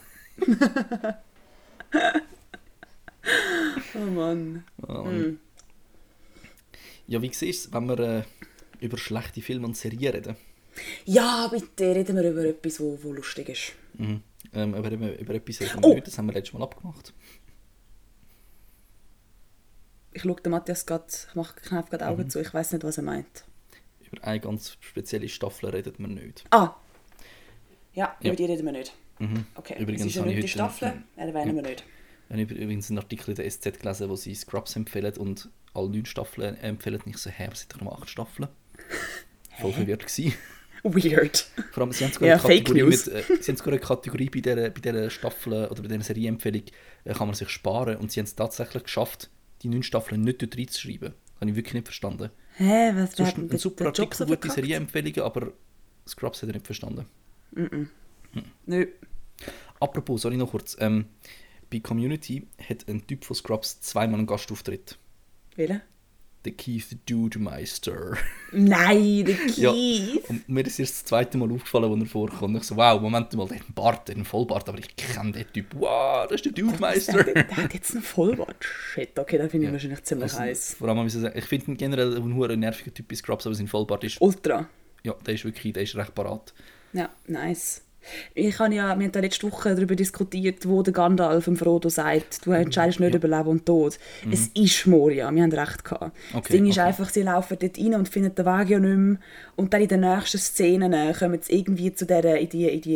Oh Mann. Ja, wie siehst du, wenn wir über schlechte Filme und Serien reden? Ja, bitte, reden wir über etwas, wo lustig ist. Über etwas reden wir nicht, das haben wir letztes Mal abgemacht. Ich schaue den Matthias gerade, ich mache knapp gerade Augen zu, ich weiß nicht, was er meint. Über eine ganz spezielle Staffel redet man nicht. Ah! Ja, über die reden wir nicht. Okay, Übrigens es ist eine 9. Staffel, erwähnen wir nicht. Ich habe übrigens einen Artikel in der SZ gelesen, wo sie Scrubs empfehlen und alle 9 Staffeln empfehlen. Und ich so, es sind doch nur 8 Staffeln. Voll verwirrt gewesen. Weird. Vor allem, sie haben sogar eine Kategorie, sie haben sogar eine Kategorie bei dieser Staffel oder bei dieser Serienempfehlung, kann man sich sparen. Und sie haben es tatsächlich geschafft, die 9 Staffeln nicht dort reinzuschreiben. Habe ich wirklich nicht verstanden. Hä, was das ist ein super Artikel, gute Serienempfehlungen, aber Scrubs hat er nicht verstanden. Nö. Apropos, sorry noch kurz. Bei Community hat ein Typ von Scrubs 2-mal einen Gastauftritt. Welcher? Der Keith Dudemeister. Nein, der Keith! Ja, und mir ist erst das zweite Mal aufgefallen, als er vorkommt. Ich so, wow, Moment mal, der hat einen Bart, der hat einen Vollbart, aber ich kenne den Typ. Wow, das ist der Dudemeister. Der hat jetzt einen Vollbart. Shit, okay, den finde ich wahrscheinlich ziemlich heiß. Vor allem, ich finde ihn generell ein nerviger Typ bei Scrubs, aber sein Vollbart ist... Ultra. Ja, der ist recht parat. Ja, nice. Wir haben ja letzte Woche darüber diskutiert, wo der Gandalf dem Frodo sagt, du entscheidest nicht über Leben und Tod. Es ist Moria, wir haben recht gehabt. Das Ding ist einfach, sie laufen dort rein und finden den Weg ja nicht mehr. Und dann in den nächsten Szenen kommen sie irgendwie zu in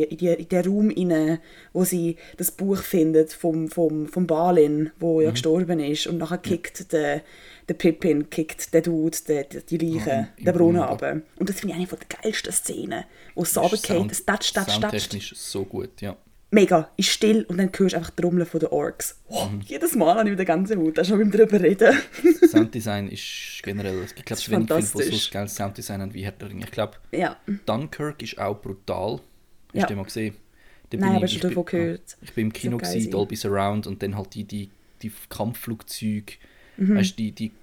den Raum rein, wo sie das Buch finden vom Balin, wo ja gestorben ist. Und nachher kickt der Pippin kickt den Dude, die Leiche, den Brunnen runter. Und das finde ich eine der geilsten Szenen, wo es runtergeht, das Tatsch. Soundtechnisch so gut, ja. Mega, ist still und dann hörst du einfach die Trommeln von den Orks. Oh, jedes Mal habe ich wieder ganze Mut, da schon beim drüber reden. Sounddesign ist generell, ich glaube, es wenig Filme, die so geiles Sounddesign haben wie Herr der Ringe. Ich glaube, Dunkirk ist auch brutal. Hast du den mal gesehen? Nein, aber schon davon gehört. Ich bin im Kino gewesen, Dolby Surround und dann halt die Kampfflugzeuge. Weißt du, die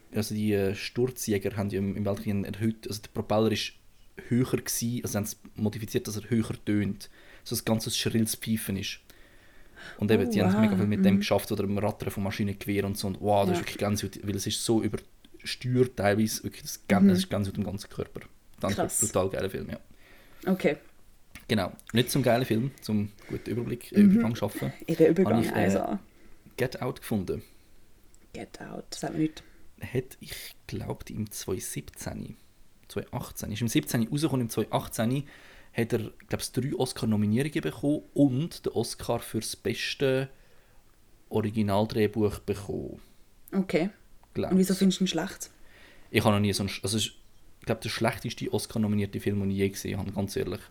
Sturzjäger haben ja im Weltkrieg erhöht, also der Propeller ist höher gewesen, also haben es modifiziert, dass er höher tönt, so ein ganzes schrilles Pfeifen ist. Und eben, die haben mega viel mit dem geschafft, oder im Rattern von Maschinengewehr und so, und wow, das ist wirklich Gänsehaut, weil es ist so übersteuert teilweise, wirklich, das ist Gänsehaut im ganzen Körper. Danke, total geiler Film, ja. Okay. Genau, nicht zum geilen Film, zum guten Übergang schaffen. In der Übergang, also. Get Out gefunden. Get Out, sagt man nicht. Ich glaube, im 2018 ist im 17 rausgekommen, im 2018 hat er, glaube ich, 3 Oscar-Nominierungen bekommen und den Oscar für das beste Originaldrehbuch bekommen. Okay. Und wieso findest du ihn schlecht? Ich habe noch nie so einen... Also, ich glaube, der schlechteste Oscar-nominierte Film, den ich je gesehen habe, ganz ehrlich.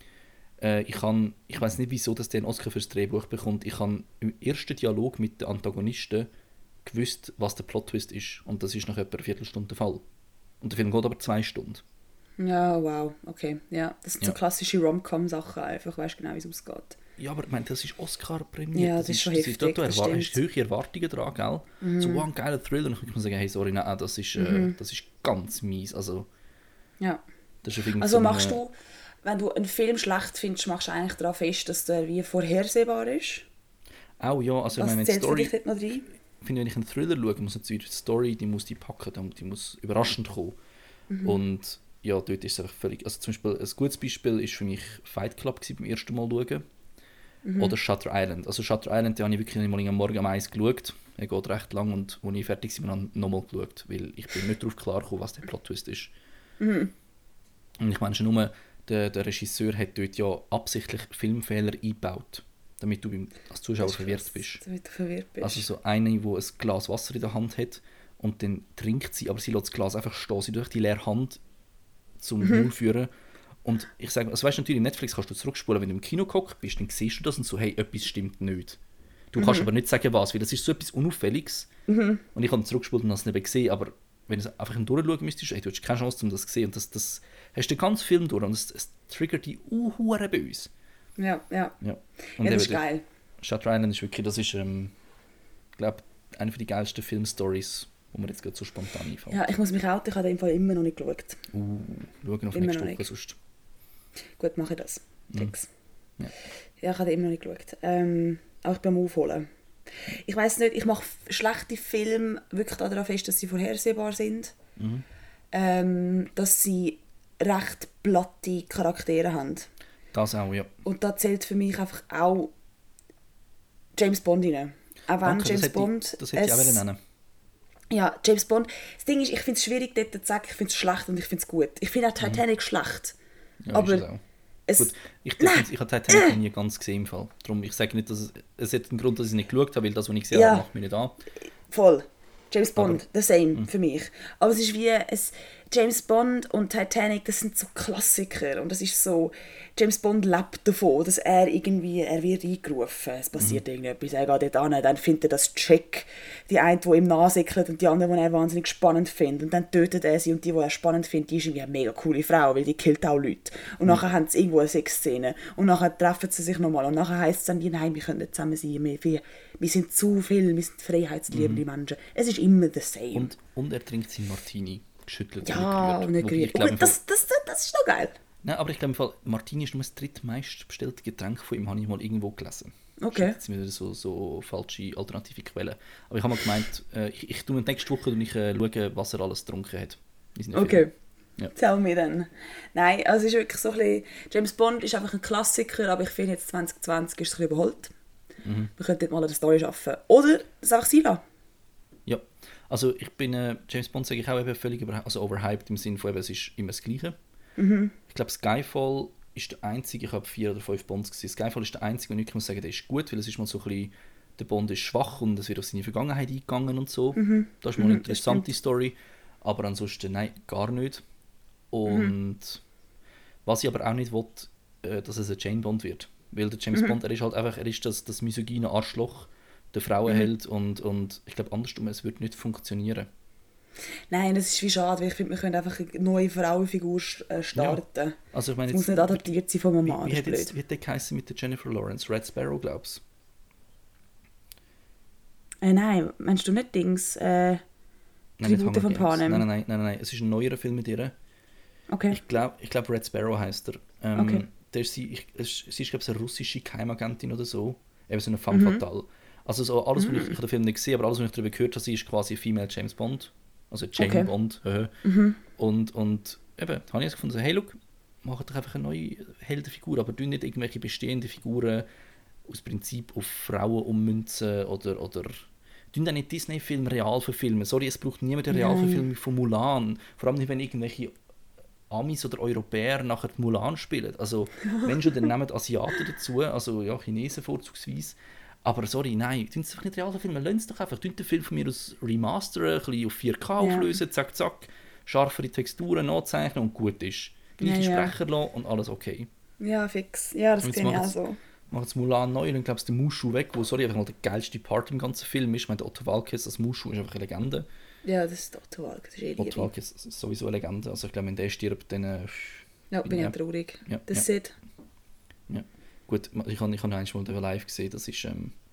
Ich weiß nicht, wieso dass der einen Oscar für das Drehbuch bekommt. Ich habe im ersten Dialog mit den Antagonisten gewusst, was der Plot-Twist ist. Und das ist nach etwa einer Viertelstunde der Fall. Und der Film geht aber 2 Stunden. Ja, wow, okay. Ja, das sind so klassische Rom-Com-Sachen einfach, weißt genau, wie es ausgeht. Ja, aber ich meine, das ist Oscar-prämiert. Ja, das ist schon heftig, Du hast hohe Erwartungen dran, gell? So ein geiler Thriller. Und ich muss sagen, hey, sorry, nein, das ist ganz mies. Also, ja. Das ist also machst du, wenn du einen Film schlecht findest, machst du eigentlich daran fest, dass der wie vorhersehbar ist? Auch ja, also was ich meine, zählt für dich dort noch rein? Ich finde, wenn ich einen Thriller schaue, muss die Story, die muss die packen, die muss überraschend kommen. Und ja, dort ist es einfach völlig... Also zum Beispiel, ein gutes Beispiel ist für mich Fight Club beim ersten Mal schauen. Oder Shutter Island. Also Shutter Island, da habe ich wirklich mal am Morgen um 1 geschaut. Er geht recht lang und als ich fertig war, habe ich nochmal geschaut, weil ich bin nicht darauf klar gekommen, was der Plot-Twist ist. Und ich meine schon nur, der Regisseur hat dort ja absichtlich Filmfehler eingebaut, damit du als Zuschauer verwirrt bist. Damit du verwirrt bist. Also so eine, die ein Glas Wasser in der Hand hat und dann trinkt sie, aber sie lässt das Glas einfach stehen. Sie durch die leere Hand zum Mund führen. Und ich sage, also weißt du, natürlich, Netflix kannst du zurückspulen, wenn du im Kino guckst bist, dann siehst du das und so, hey, etwas stimmt nicht. Du kannst aber nicht sagen, was, weil das ist so etwas Unauffälliges. Und ich habe zurückgespult und habe es nicht gesehen, aber wenn du es einfach durchschauen müsstest, hey, du hast keine Chance, um das zu sehen. Und das hast du den ganzen Film durch und es triggert die hure bei uns. Ja. Und das ist geil. Shutter Island ist wirklich, das ist, ich glaube, eine der geilsten Filmstories, wo mir jetzt gerade so spontan einfällt. Ja, ich muss mich outen, ich habe den Fall immer noch nicht geschaut. Schauen auf nächste Woche sonst. Gut, mache ich das. Fix. Ja. Ja, ich habe den immer noch nicht geschaut. Aber ich bin am Aufholen. Ich weiss nicht, ich mache schlechte Filme wirklich daran fest, dass sie vorhersehbar sind. Dass sie recht platte Charaktere haben. Das auch, ja. Und da zählt für mich einfach auch James Bond rein. Auch wenn James Bond... Das hätte ich auch nennen. Ja, James Bond. Das Ding ist, ich finde es schwierig, dort zu sagen, ich finde es schlecht und ich finde es gut. Ich finde auch Titanic schlecht. Ja, Aber ist es auch. es... Gut, ich habe Titanic noch nie ganz gesehen im Fall. Darum, ich sage nicht, dass es hat einen Grund, dass ich es nicht geschaut habe, weil das, was ich gesehen habe, Ja, macht mich nicht an. voll. James Aber, Bond, the same für mich. Aber es ist wie James Bond und Titanic, das sind so Klassiker. Und das ist so, James Bond lebt davon, dass er wird eingerufen. Es passiert irgendetwas, er geht dort an, dann findet er das Chick, die eine, die ihm nachsickelt und die andere, die er wahnsinnig spannend findet. Und dann tötet er sie und die er spannend findet, die ist irgendwie eine mega coole Frau, weil die killt auch Leute. Und nachher haben sie irgendwo eine Sexszene. Und nachher treffen sie sich nochmal. Und nachher heisst es dann, nein, wir können nicht zusammen sein, wir sind zu viel, wir sind freiheitsliebende Menschen. Es ist immer the same. Und er trinkt seinen Martini, geschüttelt Ja, und nicht gerührt. Glaube, Das ist doch geil. nein, aber ich glaube, im Fall, Martini ist nur das drittmeist bestellte Getränk von ihm, habe ich mal irgendwo gelesen. Okay. Das sind wieder so falsche alternative Quellen. Aber ich habe mal gemeint, ich tue nächste Woche schauen, was er alles getrunken hat. Okay. Ja. Tell me dann. Nein, also es ist wirklich so ein bisschen... James Bond ist einfach ein Klassiker, aber ich finde jetzt 2020 ist es ein bisschen überholt. Wir könnten dort mal eine Story schaffen. Oder das einfach sein lassen. Ja, also ich bin James Bond, sage ich auch eben völlig overhyped im Sinne von, eben, es ist immer das Gleiche. Ich glaube, Skyfall ist der einzige, ich habe 4 oder 5 Bonds gesehen. Skyfall ist der einzige, wo ich muss sagen, der ist gut, weil es ist mal so ein bisschen, der Bond ist schwach und es wird auf seine Vergangenheit eingegangen und so. Das ist mal eine interessante Story, aber ansonsten nein, gar nicht. Und was ich aber auch nicht will, dass es ein Jane Bond wird. Weil der James Bond, er ist halt einfach, er ist das misogyne Arschloch, der Frauenheld und ich glaube andersrum, es wird nicht funktionieren. Nein, das ist wie schade, weil ich finde, wir können einfach eine neue Frauenfigur starten. Ja. Also ich meine, es muss nicht adaptiert sein von einem Mann, wie hat der geheißen mit der Jennifer Lawrence? Red Sparrow, glaubst du? Nein, meinst du nicht Dings? Tribute von Panem? Nein, es ist ein neuerer Film mit ihr. Okay. Ich glaube Red Sie ist, glaube ich, eine russische Geheimagentin oder so. Eben so eine femme fatale. Also so alles, was ich habe den Film nicht gesehen, aber alles, was ich darüber gehört habe, sie ist quasi Female James Bond. Also Jane Bond. Und eben, habe ich jetzt gefunden, so, hey, look, macht doch einfach eine neue Heldenfigur, aber tun nicht irgendwelche bestehenden Figuren aus Prinzip auf Frauen ummünzen oder tun dann nicht Disney-Filme real verfilmen. Sorry, es braucht niemand eine Realverfilmung von Mulan. Vor allem nicht, wenn irgendwelche Amis oder Europäer nachher Mulan spielen. Also, wenn schon, dann nehmen Asiaten dazu, also ja, Chinesen vorzugsweise. Aber sorry, nein, tun Sie doch nicht real verfilmen, lassen Sie doch einfach. Tun den Film von mir aus remasteren, ein bisschen auf 4K auflösen, zack, zack, scharfere Texturen nachzeichnen und gut ist. Gleiche Sprecher lassen und alles okay. Ja, fix. Ja, das kenne ich auch so. Machen jetzt Mulan neu und dann glaubst du den Mushu weg, wo, sorry, einfach mal der geilste Part im ganzen Film ist. Ich meine, der Otto Walkes als Mushu ist einfach eine Legende. Ja, das ist Otto Walkes, das ist Otto Walkes ist sowieso eine Legende. Also ich glaube, wenn der stirbt, dann... ja, bin ich traurig. Ja, das ist it. Ja. Gut, ich habe einmal live gesehen, das ist...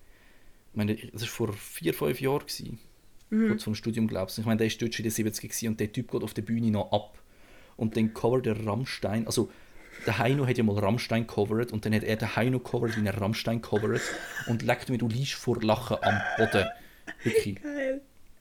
das war vor 4-5 Jahren. Kurz vor dem Studium, glaubst du. Ich meine, der war dort schon in den 70er und der Typ geht auf der Bühne noch ab. Und dann covert der Rammstein... Also, der Heino hat ja mal Rammstein covered und dann hat er den Heino covered, wie er Rammstein covered und legt mir, du liegst vor Lachen am Boden. Wirklich. Geil.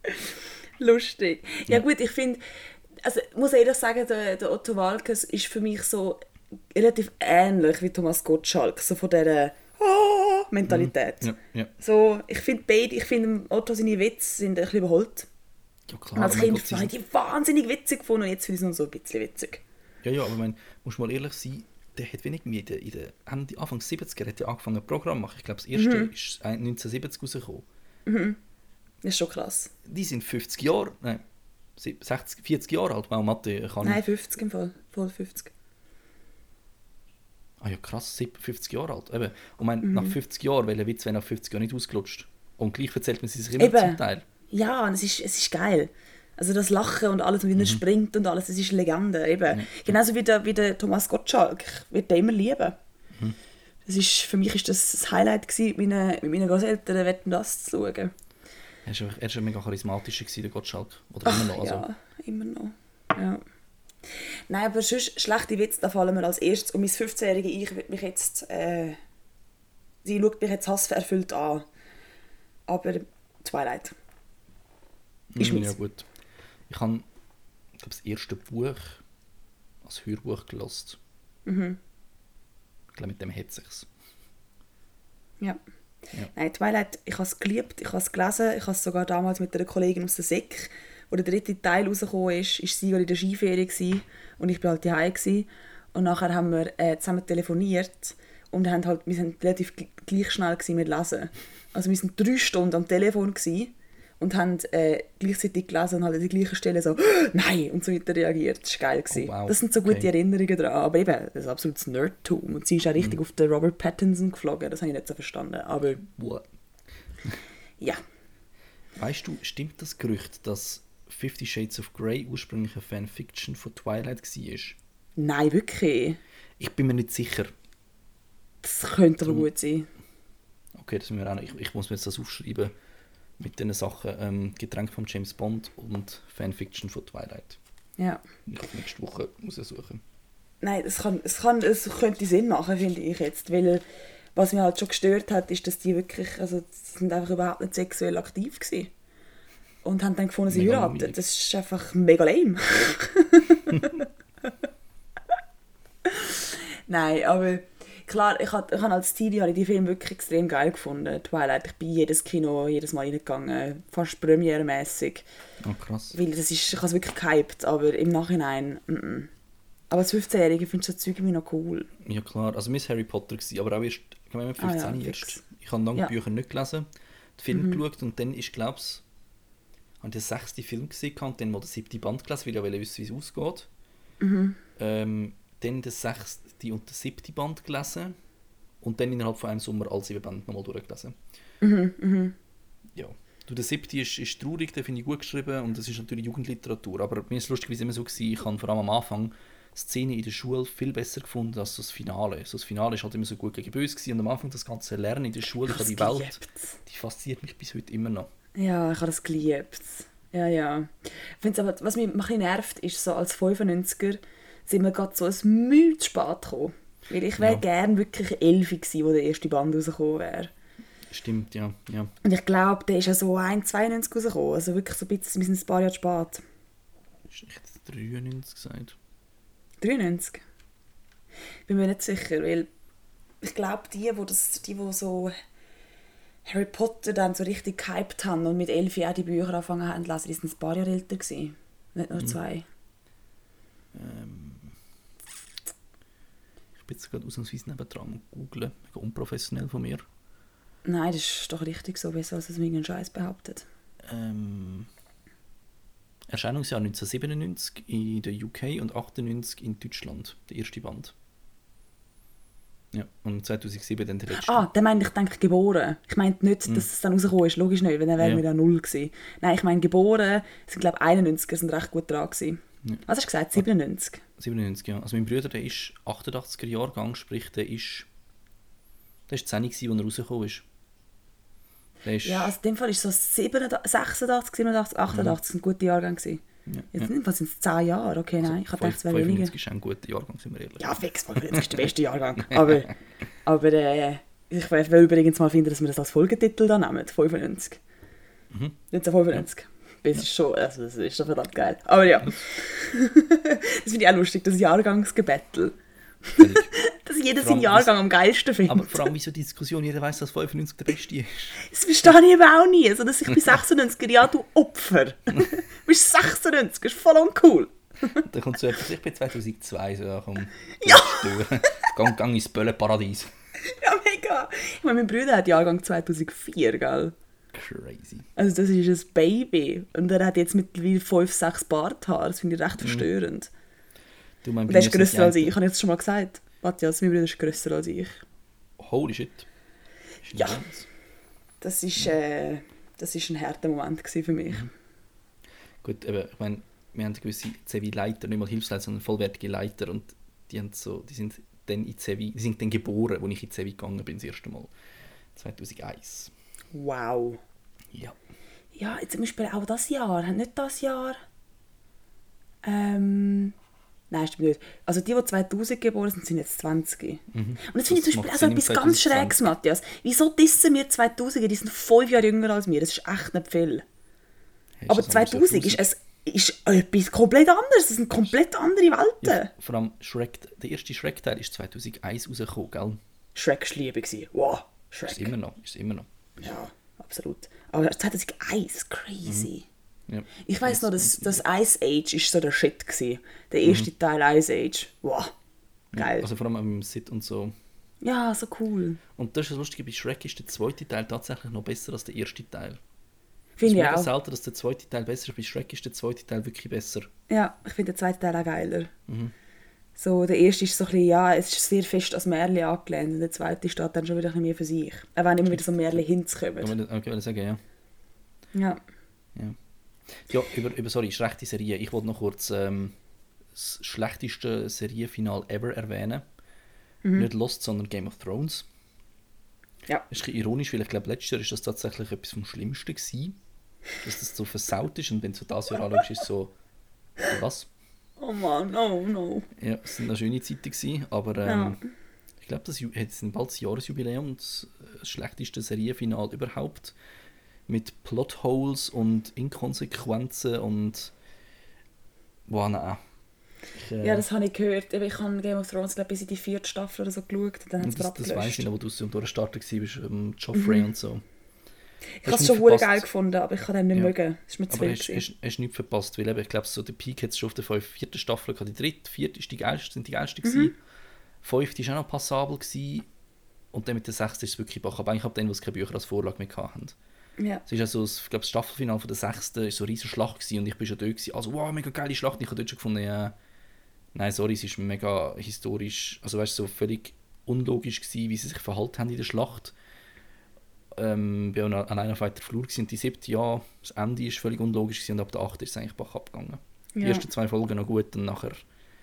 Lustig. Ja gut, ich finde, also ich muss ehrlich sagen, der Otto Walkes ist für mich so relativ ähnlich wie Thomas Gottschalk, so von dieser Mentalität. Ja. So, ich finde Otto seine Witze sind ein bisschen überholt. Ja klar. Und als Kind fand ich die wahnsinnig witzig gefunden und jetzt finde ich es noch so ein bisschen witzig. Ja, aber man muss mal ehrlich sein, der hat wenig in der Anfang 70er hat er angefangen ein Programm zu machen. Ich glaube, das erste ist 1970 rausgekommen. Das ist schon krass. Die sind 50 Jahre, nein, 60, 40 Jahre alt. Mathe kann Nein, 50 im Fall. Voll 50. Ah ja, krass, 50 Jahre alt. Eben. Und nach 50 Jahren, welcher Witz wäre nach 50 Jahren nicht ausgelutscht? Und gleich erzählt man sich immer zum Teil. Ja, und es ist geil. Also das Lachen und alles, wie er springt und alles, das ist Legende. Eben. Ja. Genauso wie der Thomas Gottschalk. Ich werde den immer lieben. Für mich war das Highlight gewesen, mit meinen Großeltern Wetten, das zu schauen. Er war mega charismatisch, der Gottschalk. Oder immer noch. Also. Ja, immer noch. Ja. Nein, aber sonst schlechte Witze, da fallen mir als erstes. Und mein 15-jährige Ich wird mich jetzt... sie schaut mich jetzt hasserfüllt an. Aber Twilight. Ist ja gut. Ich habe das erste Buch als Hörbuch gelesen. Ich glaube, mit dem hat es sich. Ja. Ja. Nein, Twilight, ich habe es geliebt, ich habe es gelesen, ich habe es sogar damals mit einer Kollegin aus der Sek, wo der dritte Teil rausgekommen ist sie in der Skiferie gewesen, und ich war halt daheim gewesen. Und nachher haben wir zusammen telefoniert und wir sind relativ gleich schnell gewesen mit Lesen. Also wir waren 3 Stunden am Telefon gewesen und haben gleichzeitig gelesen und halt an die gleichen Stelle so «Nein!» und so weiter reagiert. Das war geil gewesen. Oh, wow. Das sind so gute Okay. Erinnerungen daran. Aber eben, das ist absolutes Nerdtum. Und sie ist auch richtig auf den Robert Pattinson geflogen. Das habe ich nicht so verstanden. Aber What? ja. Weißt du, stimmt das Gerücht, dass 50 Shades of Grey ursprünglich eine Fanfiction von Twilight war? Nein, wirklich. Ich bin mir nicht sicher. Das könnte aber gut sein. Okay, das müssen wir auch noch. Ich muss mir jetzt das aufschreiben mit diesen Sachen. Getränk von James Bond und Fanfiction von Twilight. Ja. Ich kann nächste Woche raussuchen. Nein, es könnte Sinn machen, finde ich jetzt. Weil was mich halt schon gestört hat, ist, dass die wirklich, also sie sind einfach überhaupt nicht sexuell aktiv gewesen. Und haben dann gefunden, sie Mega heiraten. weird. Das ist einfach mega lame. Nein, aber klar, ich habe als Teenie habe ich die Filme wirklich extrem geil gefunden. Twilight, ich bin jedes Kino jedes Mal reingegangen, fast premiermäßig. Oh, krass. Weil ich habe es wirklich gehypt, aber im Nachhinein, Aber als 15-Jährige findest du so Zeug immer noch cool. Ja klar, also mir war Harry Potter, aber auch erst, ich glaube mit 15 ja, erst. fix. Ich habe lange Ja. Bücher nicht gelesen, den Film geschaut und dann ist, glaube ich, habe ich den 6. Film gesehen und dann mal den 7. Band gelesen, weil ich ja wissen, wie es ausgeht. Dann den 6. und den 7. Band gelesen und dann innerhalb von einem Sommer alle 7 Bände nochmal durchgelesen. Ja. Du, der 7. ist traurig, den finde ich gut geschrieben und das ist natürlich Jugendliteratur, aber mir ist lustig, wie es immer so war, ich habe vor allem am Anfang Szene in der Schule viel besser gefunden als das Finale. So das Finale war halt immer so gut gegen böse gewesen. Und am Anfang das ganze Lernen in der Schule, ich habe die Welt, die fasziniert mich bis heute immer noch. Ja, ich habe das geliebt. Ja, ja. Ich finde aber, was mich ein bisschen nervt, ist so als 95er sind wir gerade so ein Mühe zu spät gekommen. Weil ich wäre gerne wirklich 11 gewesen, wo der erste Band rausgekommen wäre. Stimmt, ja. Und ich glaube, der ist ja so 1,92 rausgekommen. Also wirklich so ein bisschen, wir sind ein paar Jahre spät. Ist echt 93 gesagt. 93? Bin mir nicht sicher, weil ich glaube, die so Harry Potter dann so richtig gehypt haben und mit 11 Jahren die Bücher angefangen haben zu lesen, die sind ein paar Jahre älter gewesen. Nicht nur 2. Ich bin jetzt gerade ausnahmsweise nebendran und google, mega unprofessionell von mir. Nein, das ist doch richtig so, besser als es mir irgendein Scheiß behauptet. Erscheinungsjahr 1997 in der UK und 98 in Deutschland, der erste Band. Ja, und 2007 dann der letzte. Ah, dann meine ich, denke geboren. Ich meinte nicht, dass es dann rausgekommen ist. Logisch nicht, weil dann wären wir ja 0 gewesen. Nein, ich meine geboren, sind glaube 91er, sind recht gut dran gewesen. Ja. Was hast du gesagt? 97? 97, ja. Also mein Bruder, der ist 88er Jahrgang, sprich, der ist 10 gewesen, als er rausgekommen ist. Der ist Ja, also in dem Fall ist so 87, 86, 87, 88 sind gute Jahrgänge gewesen. Jetzt sind es 10 Jahre, okay, nein, ich habe gedacht, es wäre weniger. 95 ist ein guter Jahrgang, sind wir ehrlich. Ja, fix, 95 ist der beste Jahrgang. Aber ich will übrigens mal finden, dass wir das als Folgetitel da nehmen, 95. 1995. Das ist schon, also das ist schon verdammt geil. Aber ja, das finde ich auch lustig, das Jahrgangsgebettel. Dass jeder seinen Jahrgang am geilsten findet. Aber vor allem, wieso die Diskussion, jeder weiss, dass 95 der beste ist. Das verstehe ich eben auch nie. Also, dass ich bei 96er, ja, du Opfer. Du bist 96, ist voll uncool. Da kommt so etwas, ich bin 2002, so, komm, Ja. gang ins Böllenparadies. Ja, mega. Ich meine, mein Bruder hat Jahrgang 2004, gell? Crazy. Also das ist ein Baby. Und er hat jetzt mittlerweile 5, 6 Barthaare. Das finde ich recht verstörend. Du, mein, Und er ist grösser als ich. Ich habe jetzt schon mal gesagt. Matthias, mein Bruder ist grösser als ich. Holy shit. Ist Ja. immens. Das ist ein harter Moment gewesen für mich. Gut, aber ich meine, wir haben gewisse CEWI-Leiter, nicht mal Hilfsleiter, sondern vollwertige Leiter. Und die sind dann in CEWI, die sind dann geboren, als ich in CEWI gegangen bin, das erste Mal. 2001. Wow. Ja. Ja, jetzt zum Beispiel auch das Jahr. Nicht das Jahr? Nein, stimmt nicht. Also die 2000 geboren sind, sind jetzt 20. Und das finde ich zum Beispiel auch so etwas ganz Schräges, Matthias. Wieso dissen wir 2000er? Die sind 5 Jahre jünger als wir. Das ist echt nicht viel. Aber 2000 ist etwas komplett anderes. Das sind komplett andere Welten. Ja, vor allem der erste Shrek-Teil ist 2001 rausgekommen, gell? Shrek war Liebe. Wow. Shrek. Ist immer noch. Ja, absolut. Aber 2001, crazy. Ja. Ich weiss noch, dass das Ice Age ist so der Shit gewesen. Der erste Teil Ice Age. Wow, geil. Also vor allem am Sid und so. Ja, so cool. Und das ist das Lustige, bei Shrek ist der zweite Teil tatsächlich noch besser als der erste Teil. Es ist Finde ich mega auch. selten, dass der zweite Teil besser ist. Bei Shrek ist der zweite Teil wirklich besser. Ja, ich finde den zweiten Teil auch geiler. So, der erste ist so ein bisschen, ja, es ist sehr fest als Märchen angelehnt und der zweite steht dann schon wieder ein bisschen mehr für sich. Auch wenn immer wieder so Märchen hinzukommen. Ich würde sagen, ja. Ja. Ja, über schlechte Serien. Ich wollte noch kurz das schlechteste Serienfinale ever erwähnen. Nicht Lost, sondern Game of Thrones. Ja. Das ist ein bisschen ironisch, weil ich glaube, letztes Jahr war das tatsächlich etwas vom Schlimmsten gewesen, dass das so versaut ist und wenn du das Jahr anschaust, ist es so, was? Oh Mann, no. Ja, es waren noch schöne Zeiten gewesen, aber ich glaube, das hat bald das Jahresjubiläum und das schlechteste Serienfinale überhaupt mit Plotholes und Inkonsequenzen und wow, nein. Ja, das habe ich gehört. Ich habe Game of Thrones bis in die 4. Staffel oder so geschaut und dann haben sie es das weiss ich abgelöscht. noch, wo du so durchgestartet warst, Joffrey und so. Ich habe es schon verdammt geil gefunden, aber ich kann den nicht mögen. Das ist mir zu Aber viel. hast du nichts verpasst, weil eben, ich glaube, so der Peak hat es schon auf der 4. Staffel gehabt. Die 3., 4. ist die geilste gewesen. 5. war auch noch passabel gewesen. Und dann mit der 6. ist es wirklich bach. Aber eigentlich ab dann, wo es keine Bücher als Vorlage mehr hatten. Ja. Es ist also, ich glaube, das Staffelfinale von der 6. war so eine riesige Schlacht gewesen und ich bin schon dort gewesen. Also, wow, mega geile Schlacht. Und ich habe dort schon gefunden, ja, nein, sorry, es ist mega historisch, also weißt du, so völlig unlogisch gewesen, wie sie sich verhalten haben in der Schlacht. Ich war an einer Fighter Flur und die 7. ja, das Ende ist völlig unlogisch gewesen, und ab der 8. ist es eigentlich bach abgegangen. Die ersten 2 Folgen noch gut und nachher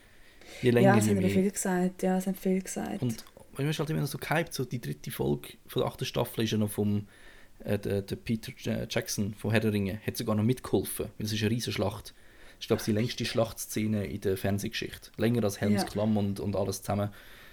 je länger, ja, je mehr. Ja, sie haben viel gesagt. Und man ist halt immer noch so gehypt, so die 3. Folge von der 8. Staffel ist ja noch vom der Peter Jackson von Herr der Ringe, hat sogar noch mitgeholfen, weil es ist eine riesige Schlacht. Ich glaube, die längste Schlachtszene in der Fernsehgeschichte. Länger als Helms Klamm und alles zusammen.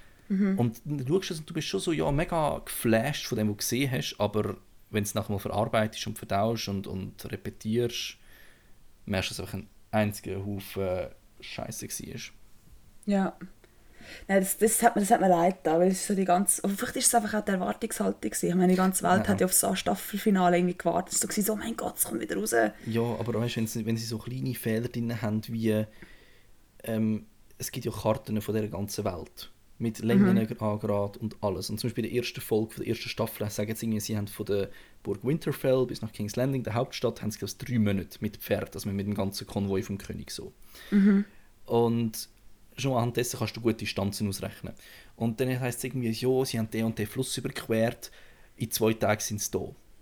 Und du schaust es und du bist schon so mega geflasht von dem, was du gesehen hast, aber wenn du es nachher mal verarbeitest und verdaust und repetierst, merkst du, dass es einfach ein einziger Haufen Scheiße war. Ja. Nein, das hat mir leid da, weil es so die ganze... Vielleicht ist es einfach auch die Erwartungshaltung gewesen. Ich meine, die ganze Welt hat ja auf so ein Staffelfinale irgendwie gewartet. Es war so, oh mein Gott, es kommt wieder raus. Ja, aber weißt, wenn sie so kleine Fehler drin haben, wie es gibt ja Karten von dieser ganzen Welt. Mit Längenangrad und alles. Und zum Beispiel in der ersten Folge von der ersten Staffel sagen sie irgendwie, sie haben von der Burg Winterfell bis nach King's Landing, der Hauptstadt, haben sie 3 Monate mit Pferd, also mit dem ganzen Konvoi vom König so. Und schon anhand dessen kannst du gute Distanzen ausrechnen. Und dann heisst es irgendwie, ja, sie haben den und den Fluss überquert, in 2 Tagen sind sie da.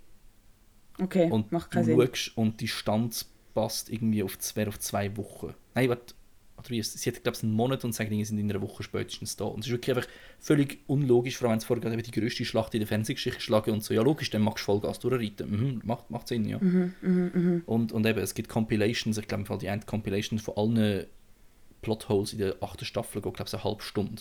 Okay, und macht keinen du Sinn. schaust und die Distanz passt irgendwie auf 2 Wochen. Nein, warte, sie hat, glaube ich, einen Monat und sagen, sie sind in einer Woche spätestens da. Und es ist wirklich einfach völlig unlogisch, vor allem wenn es vorher die grösste Schlacht in der Fernsehgeschichte schlagen und so, ja logisch, dann magst du Vollgas durchreiten. Macht Sinn, ja. Und eben, es gibt Compilations, ich glaube, die eine Compilation von allen Plotholes in der 8. Staffel geht, glaube ich, eine halbe Stunde.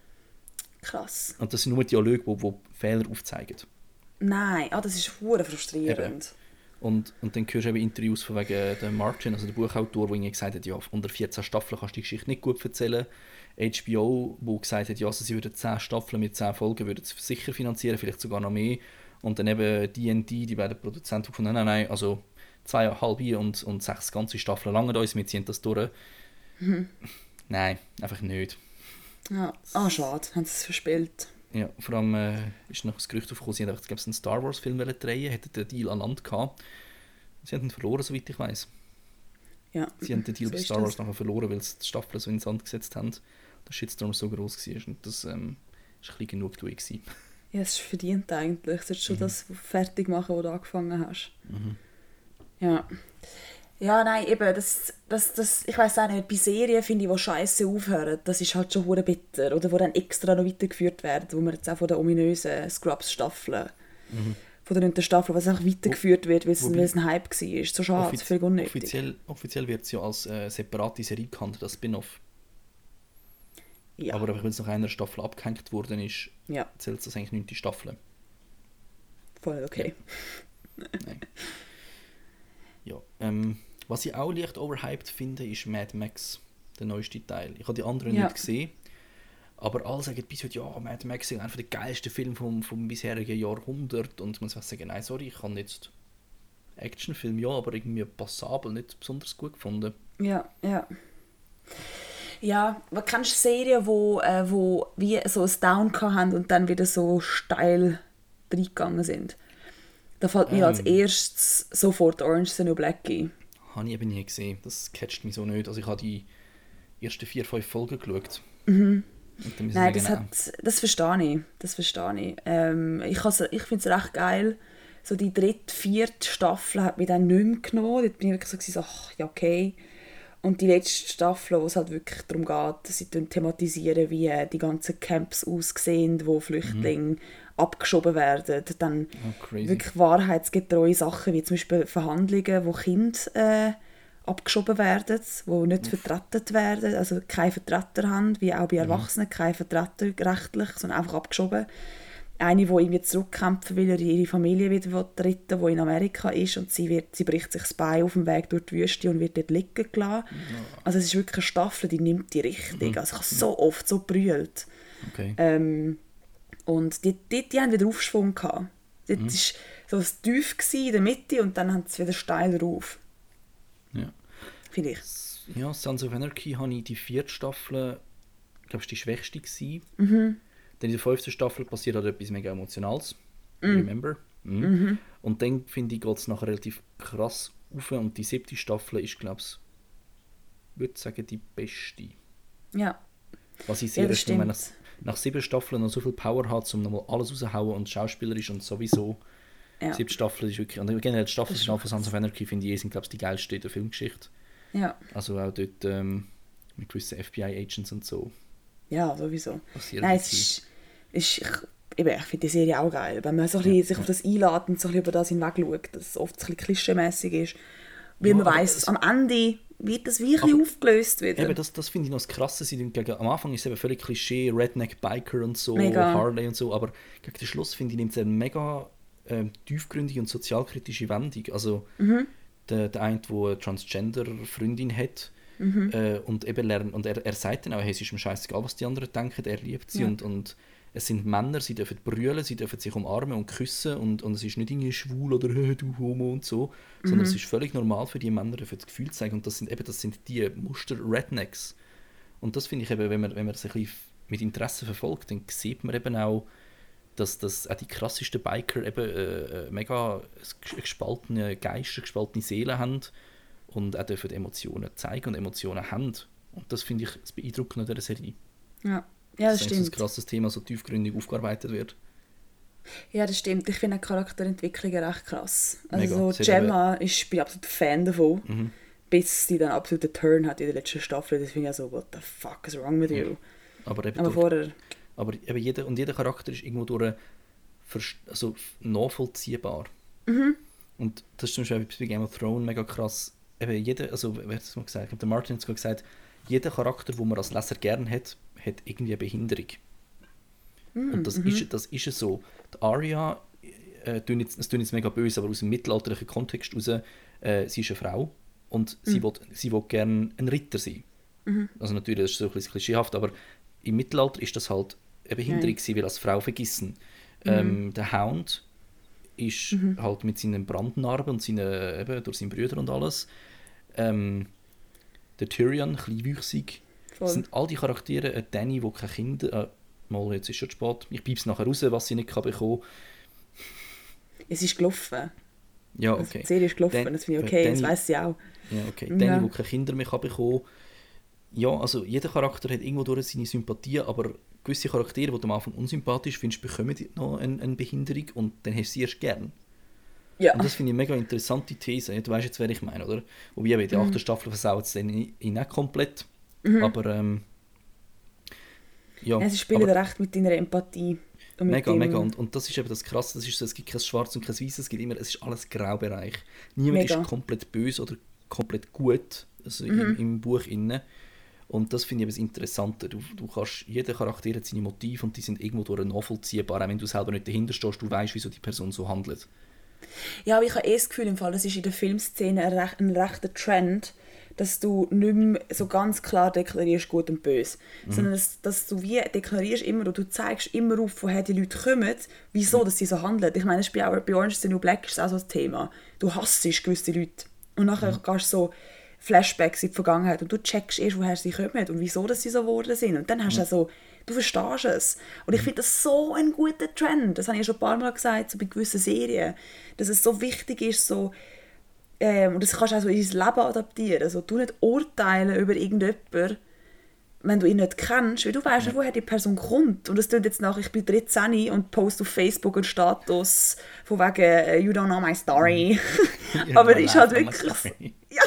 Krass. Und das sind nur Dialoge, die Fehler aufzeigen. Nein, das ist verdammt frustrierend. Und dann hörst du eben Interviews von wegen der Martin, also der Buchautor, der gesagt hat, ja, unter 14 Staffeln kannst du die Geschichte nicht gut erzählen. HBO, wo gesagt hat, ja, also sie würden 10 Staffeln mit 10 Folgen würden sie sicher finanzieren, vielleicht sogar noch mehr. Und dann eben D&D, die beiden Produzenten gefunden, nein, also 2,5 und 6 ganze Staffeln lange uns, wir ziehen das durch. Nein, einfach nicht. Ja, schade, haben sie es verspielt. Ja, vor allem ist noch das Gerücht aufgekommen, sie hätten einen Star Wars Film drehen, hätten den Deal an Land gehabt. Sie haben ihn verloren, soweit ich weiss. Ja. Sie haben den Deal So bei ist Star Wars das. nachher verloren, weil sie die Staffel so ins Sand gesetzt haben. Der Shitstorm so groß war und das war ein bisschen Genugtuung gewesen. Ja, es ist verdient eigentlich. Du solltest schon das fertig machen, was du angefangen hast. Ja. Ja, nein, eben, das, ich weiss auch nicht, bei Serien finde ich, die scheiße aufhören, das ist halt schon verdammt bitter. Oder wo dann extra noch weitergeführt werden, wo man jetzt auch von der ominösen Scrubs-Staffel, von der 9. Staffel, was einfach weitergeführt wird, weil es ein Hype war. So schade, völlig unnötig. Offiziell wird es ja als separate Serie gehandelt, als Spin-off. Ja. Aber wenn es nach einer Staffel abgehängt worden ist, Ja, zählt das eigentlich 9. Staffel. voll okay. Nein. Ja, was ich auch leicht overhyped finde, ist Mad Max, der neueste Teil. Ich habe die anderen Ja. nicht gesehen, Aber alle sagen bis heute, ja, Mad Max ist einer der geilsten Filme vom bisherigen Jahrhundert. Und ich muss sagen, nein, sorry, ich habe jetzt Actionfilm, ja, aber irgendwie passabel, nicht besonders gut gefunden. Ja. Ja, aber kennst du Serien, wo wie so ein Down haben und dann wieder so steil reingegangen sind? Da fällt mir als erstes sofort Orange is the New Black ein. Habe ich eben nie gesehen. Das catcht mich so nicht. Also ich habe die ersten 4-5 Folgen geschaut. Nein, das verstehe ich. Ich finde es recht geil. So die 3., 4. Staffel hat mich dann nicht mehr genommen. Dort bin ich wirklich so, ach, ja, okay. Und die letzte Staffel, wo es halt wirklich darum geht, dass sie thematisieren, wie die ganzen Camps aussehen, wo Flüchtlinge abgeschoben werden. Dann wirklich wahrheitsgetreue Sachen, wie zum Beispiel Verhandlungen, wo Kinder abgeschoben werden, die nicht vertreten werden, also keine Vertreter haben, wie auch bei Erwachsenen, keine Vertreter rechtlich, sondern einfach abgeschoben. Eine, die irgendwie zurückkämpfen will, oder ihre Familie wieder retten, die in Amerika ist, und sie bricht sich das Bein auf dem Weg durch die Wüste und wird dort liegen gelassen. Also es ist wirklich eine Staffel, die nimmt die Richtung. Also ich habe so oft so gebrüllt. Okay. Und die haben wieder Aufschwung gehabt. Das war so ein Tief in der Mitte und dann haben sie wieder steil rauf. Ja. Finde ich. Ja, Sons of Anarchy habe ich die 4. Staffel, ich glaube, es war die schwächste gewesen. Dann in der 5. Staffel passiert halt etwas mega Emotionales. Remember? Und dann, finde ich, geht es nachher relativ krass auf. Und die 7. Staffel ist, glaube ich, würde sagen, die beste. Ja. Was ich sehr wenn nach 7 Staffeln noch so viel Power hat, um nochmal alles rauszuhauen und schauspielerisch und sowieso. Ja. 7. Staffel ist wirklich, und generell die Staffel von Sons of Anarchy, finde ich, sind, glaube ich, die geilste in der Filmgeschichte. Ja. Also auch dort mit gewissen FBI-Agents und so. Ja, sowieso. Nein, ich finde die Serie auch geil. Wenn man so ein bisschen sich auf das einlädt und so ein bisschen über das hinweg schaut, dass es oft ein bisschen klischeemäßig ist. Weil man weiss, am Ende wird das wirklich aufgelöst wieder. Eben, das finde ich noch das Krasse. Am Anfang ist es eben völlig Klischee, Redneck, Biker und so, mega. Harley und so, aber gegen den Schluss, finde ich, nimmt es eine mega tiefgründige und sozialkritische Wendung. Also der eine, der eine Transgender-Freundin hat, und eben lernt, und er sagt dann auch, hey, es ist ihm scheißegal, was die anderen denken, er liebt sie, und es sind Männer, sie dürfen brüllen, sie dürfen sich umarmen und küssen, und es ist nicht irgendwie schwul oder du Homo und so, sondern es ist völlig normal für die Männer, dürfen das Gefühl zeigen, und das sind die Muster-Rednecks. Und das finde ich eben, wenn man das ein bisschen mit Interesse verfolgt, dann sieht man eben auch, dass auch die krassesten Biker eben mega gespaltene Geister, gespaltene Seelen haben und auch dürfen Emotionen zeigen und Emotionen haben. Und das finde ich das Beeindruckende an dieser Serie. Ja, das stimmt. Dass ein krasses Thema so tiefgründig aufgearbeitet wird. Ja, das stimmt. Ich finde die Charakterentwicklungen recht krass. Mega. Also Gemma, ich bin absolut Fan davon. Bis sie dann absoluten Turn hat in der letzten Staffel. Das finde ich so, what the fuck is wrong with you? Aber vorher... Aber eben jeder Charakter ist irgendwo durch also nachvollziehbar. Und das ist zum Beispiel bei Game of Thrones mega krass. Eben wer hat das mal gesagt? Der Martin hat es gesagt, jeder Charakter, den man als Leser gerne hat irgendwie eine Behinderung. Und das ist es so. Die Arya, es klingt jetzt mega böse, aber aus dem mittelalterlichen Kontext raus, sie ist eine Frau und sie will gerne ein Ritter sein. Also natürlich, das ist so ein bisschen klischeehaft, aber im Mittelalter ist das halt eine Behinderung, sie will als Frau vergessen. Der Hound ist halt mit seinen Brandnarben und durch seine Brüder und alles. Der Tyrion, kleinwüchsig. Das sind all die Charaktere, Dany, die keine Kinder... mal, jetzt ist schon spät. Ich piep's nachher raus, was sie nicht bekommen kann. Es ist gelaufen. Ja, okay. Also die Serie ist gelaufen, das finde ich okay, Dany, das weiss sie auch. Ja, okay. Dany, die keine Kinder mehr bekommen kann. Ja, also jeder Charakter hat irgendwo durch seine Sympathie, aber gewisse Charaktere, die du am Anfang unsympathisch findest, bekommen noch eine Behinderung und dann hast du sie erst gern. Ja. Und das finde ich eine mega interessante These. Du weißt jetzt, wer ich meine, oder? Wobei die 8. Staffel versaut es dann nicht komplett. Aber ja, sie spielen recht mit deiner Empathie. Mega. Und das ist eben das Krasse, es gibt kein Schwarz und kein Weiß, es ist alles Graubereich. Niemand ist komplett böse oder komplett gut, also im Buch inne. Und das finde ich eben das Interessante. Du kannst, jeder Charakter hat seine Motive und die sind irgendwo durch nachvollziehbar, auch wenn du selber nicht dahinter stehst, du weißt, wieso die Person so handelt. Ja, aber ich habe das Gefühl, das ist in der Filmszene ein rechter Trend, dass du nicht mehr so ganz klar deklarierst, gut und böse, sondern dass du wie deklarierst immer und du zeigst immer auf, woher die Leute kommen, wieso dass sie so handeln. Ich meine, das ist bei Orange is the New Black ist auch so ein Thema. Du hasst gewisse Leute und nachher gehst du so Flashbacks in die Vergangenheit und du checkst erst, woher sie kommen und wieso dass sie so geworden sind. Und dann hast du so, du verstehst es. Und ich finde das so ein guter Trend. Das habe ich ja schon ein paar Mal gesagt, so bei gewissen Serien, dass es so wichtig ist, so und das kannst du auch so in dein Leben adaptieren. Also, du nicht urteilen über irgendjemanden, wenn du ihn nicht kennst, weil du weißt nicht, woher die Person kommt. Und das tut jetzt nach, ich bin 13 und poste auf Facebook einen Status von wegen «You don't know my story». Aber das ist halt wirklich... Ja,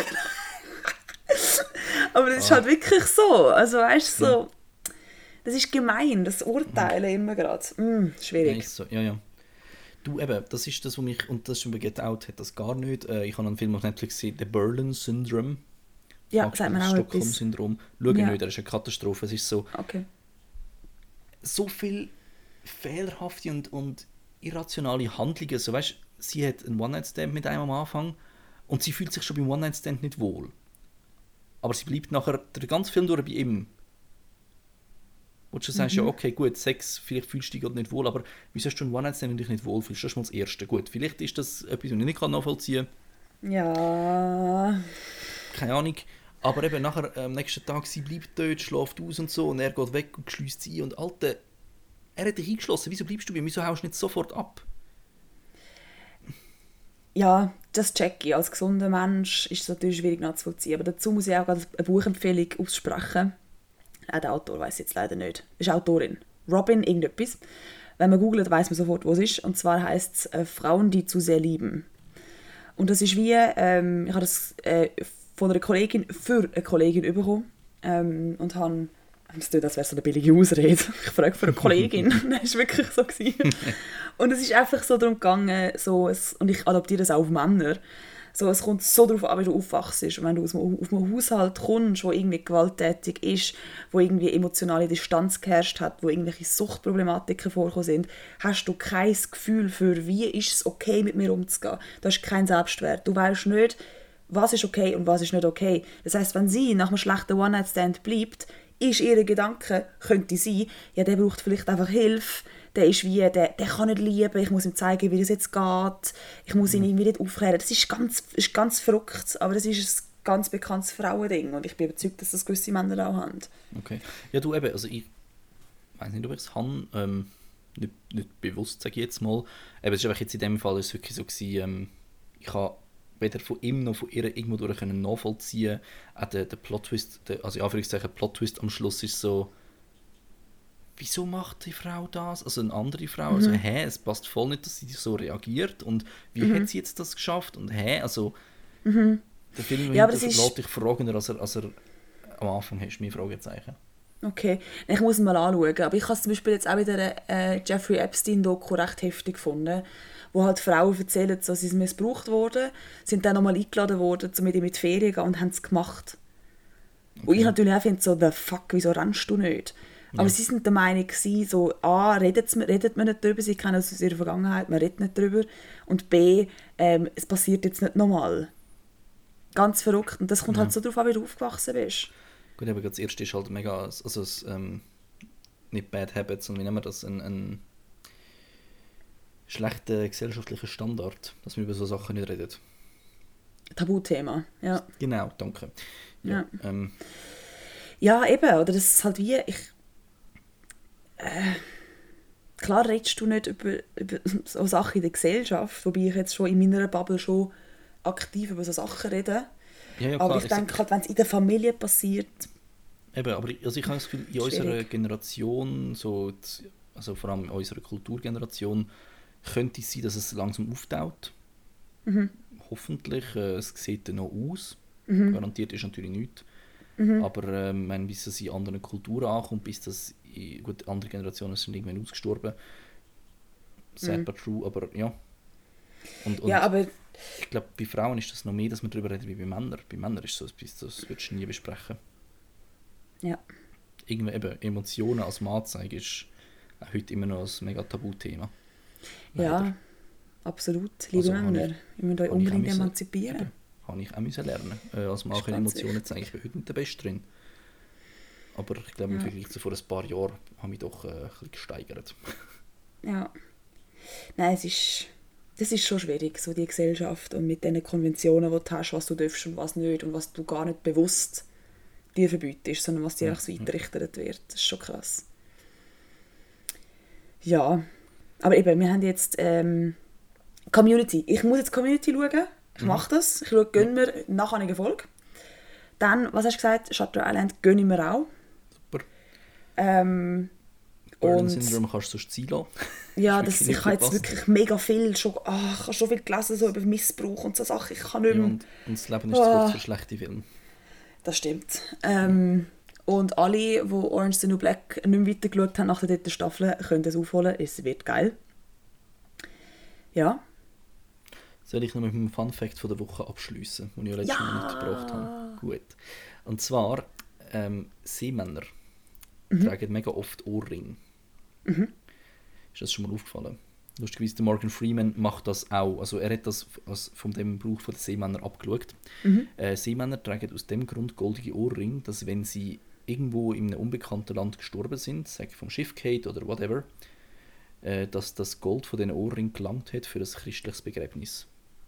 aber das ist halt wirklich so. Also, weißt du, so... Das ist gemein, das Urteilen immer gerade. Schwierig. Ja, ist so. Ja. Du, eben, das ist das, was mich, und das ist bei Get Out, hat das gar nicht. Ich habe einen Film auf Netflix gesehen, The Berlin Syndrome. Ja, sagt man auch Stockholm-Syndrom. Schau nicht, das ist eine Katastrophe. Es ist so, okay. So viel fehlerhafte und irrationale Handlungen. So, weißt, sie hat einen One-Night-Stand mit einem am Anfang und sie fühlt sich schon beim One-Night-Stand nicht wohl. Aber sie bleibt nachher den ganzen Film durch bei ihm. Und du sagst, ja, okay, gut, Sex, vielleicht fühlst du dich gerade nicht wohl, aber wieso hast du einen One-Night-Stand, wenn du dich nicht wohl fühlst? Das ist mal das Erste. Gut, vielleicht ist das etwas, was ich nicht nachvollziehen kann. Ja. Keine Ahnung. Aber eben nachher, am nächsten Tag, sie bleibt dort, schläft aus und so, und er geht weg und schließt sie ein. Und Alter, er hat dich eingeschlossen, wieso bleibst du bei ihm? Wieso haust du nicht sofort ab? Ja, das check ich. Als gesunder Mensch ist es natürlich schwierig nachzuvollziehen. Aber dazu muss ich auch gerade eine Buchempfehlung aussprechen. Auch der Autor weiss jetzt leider nicht. Ist Autorin. Robin irgendetwas. Wenn man googelt, weiss man sofort, wo es ist. Und zwar heisst es «Frauen, die zu sehr lieben». Und das ist wie, ich habe das von einer Kollegin für eine Kollegin bekommen. Und habe, es tut, als wäre so eine billige Ausrede. Ich frage für eine Kollegin. Das war wirklich so. Und es ist einfach so darum gegangen, und ich adaptiere das auch auf Männer, so, es kommt so darauf an, wie du aufwachst. Und wenn du aus einem Haushalt kommst, wo irgendwie gewalttätig ist, wo irgendwie emotionale Distanz geherrscht hat, wo irgendwelche Suchtproblematiken vorgekommen sind, hast du kein Gefühl für, wie ist es okay, mit mir umzugehen. Du hast keinen Selbstwert. Du weißt nicht, was ist okay und was ist nicht okay. Das heisst, wenn sie nach einem schlechten One-Night-Stand bleibt, ist ihre Gedanke, könnte sein, ja, der braucht vielleicht einfach Hilfe, der ist wie, der kann nicht lieben, ich muss ihm zeigen, wie das jetzt geht, ich muss ihn irgendwie nicht aufklären. Das ist ganz verrückt, aber das ist ein ganz bekanntes Frauending und ich bin überzeugt, dass das gewisse Männer auch haben. Okay. Ja, du eben, also ich weiß nicht, ob ich es habe, nicht bewusst, sage ich jetzt mal, aber es ist einfach jetzt in dem Fall ist es wirklich so gewesen, ich habe weder von ihm noch von ihr irgendwo durch nachvollziehen. Auch der Plot-Twist, also in Anführungszeichen Plot-Twist am Schluss ist so, wieso macht die Frau das? Also eine andere Frau, also es passt voll nicht, dass sie so reagiert und wie hat sie jetzt das geschafft und also der Film lässt dich fragender, als er am Anfang hast, mein Fragezeichen. Okay, ich muss ihn mal anschauen, aber ich habe es zum Beispiel jetzt auch bei der Jeffrey Epstein-Doku recht heftig gefunden, wo halt Frauen erzählen, so, sie sind missbraucht worden, sind dann nochmal eingeladen worden, um mit ihm in die Ferien zu gehen und haben es gemacht. Okay. Und ich natürlich auch finde, so, the fuck, wieso rennst du nicht? Ja. Aber sie sind der Meinung so, A, redet man nicht darüber, sie kennen es aus ihrer Vergangenheit, man redet nicht darüber, und B, es passiert jetzt nicht nochmal. Ganz verrückt, und das kommt halt so darauf an, wie du aufgewachsen bist. Gut, aber das erste ist halt mega, also nicht Bad Habits, sondern wie nennen wir das, ein schlechter gesellschaftlicher Standard, dass man über so Sachen nicht redet. Tabuthema, ja. Genau, danke. Ja, ja eben, oder das ist halt wie, klar redest du nicht über so Sachen in der Gesellschaft, wobei ich jetzt schon in meiner Bubble schon aktiv über so Sachen rede. Ja, aber ich denke halt, wenn es in der Familie passiert... Eben, aber ich habe das Gefühl, in unserer Generation, also vor allem in unserer Kulturgeneration, könnte es sein, dass es langsam auftaut. Hoffentlich. Es sieht dann noch aus. Garantiert ist natürlich nichts. Aber bis es in anderen Kulturen ankommt, bis das... Gut, andere Generationen sind irgendwann ausgestorben. Sad but true, aber ja. Und ja, aber... Ich glaube, bei Frauen ist das noch mehr, dass man darüber redet, wie bei Männern. Bei Männern ist es so, das würdest du nie besprechen. Ja. Irgendwie eben Emotionen als Mann zeigen ist auch heute immer noch ein mega Tabuthema. Ja, absolut. Liebe Männer, ihr müsst euch unbedingt emanzipieren. habe ich auch müssen lernen. Also mal auch Emotionen zeigen. Ich bin heute nicht der Beste drin. Aber ich glaube, im Vergleich zu vor ein paar Jahren habe ich mich doch ein bisschen gesteigert. Ja. Nein, das ist schon schwierig, so die Gesellschaft und mit den Konventionen, die du hast, was du darfst und was nicht und was du gar nicht bewusst dir verbietest, sondern was dir auch so weitergerichtet wird. Das ist schon krass. Ja, aber eben, wir haben jetzt Community. Ich muss jetzt Community schauen. Ich mache das. Ich schaue, gönne mir nachher eine Folge. Dann, was hast du gesagt? Shutter Island gönne ich mir auch. Super. Und Syndrome kannst du sonst ziehen lassen. ja, ich habe jetzt wirklich mega viel, ich habe schon viel gelesen so über Missbrauch und so Sachen. Ich kann nicht mehr. Ja, und das Leben ist zu kurz für schlechte Filme. Das stimmt. Und alle, die Orange is the New Black nicht mehr weitergeschaut haben nach der dritten Staffel, können das aufholen. Es wird geil. Ja. Soll ich noch mit einem Fun-Fact von der Woche abschliessen, den ich letztes Mal mitgebracht habe? Gut. Und zwar, Seemänner tragen mega oft Ohrringe. Ist das schon mal aufgefallen? Lustigerweise, der Morgan Freeman macht das auch. Also er hat das von dem Brauch der Seemänner abgeschaut. Seemänner tragen aus dem Grund goldige Ohrringe, dass wenn sie irgendwo in einem unbekannten Land gestorben sind, sagen vom Schiff gefallen oder whatever, dass das Gold von diesen Ohrringen gelangt hat für ein christliches Begräbnis.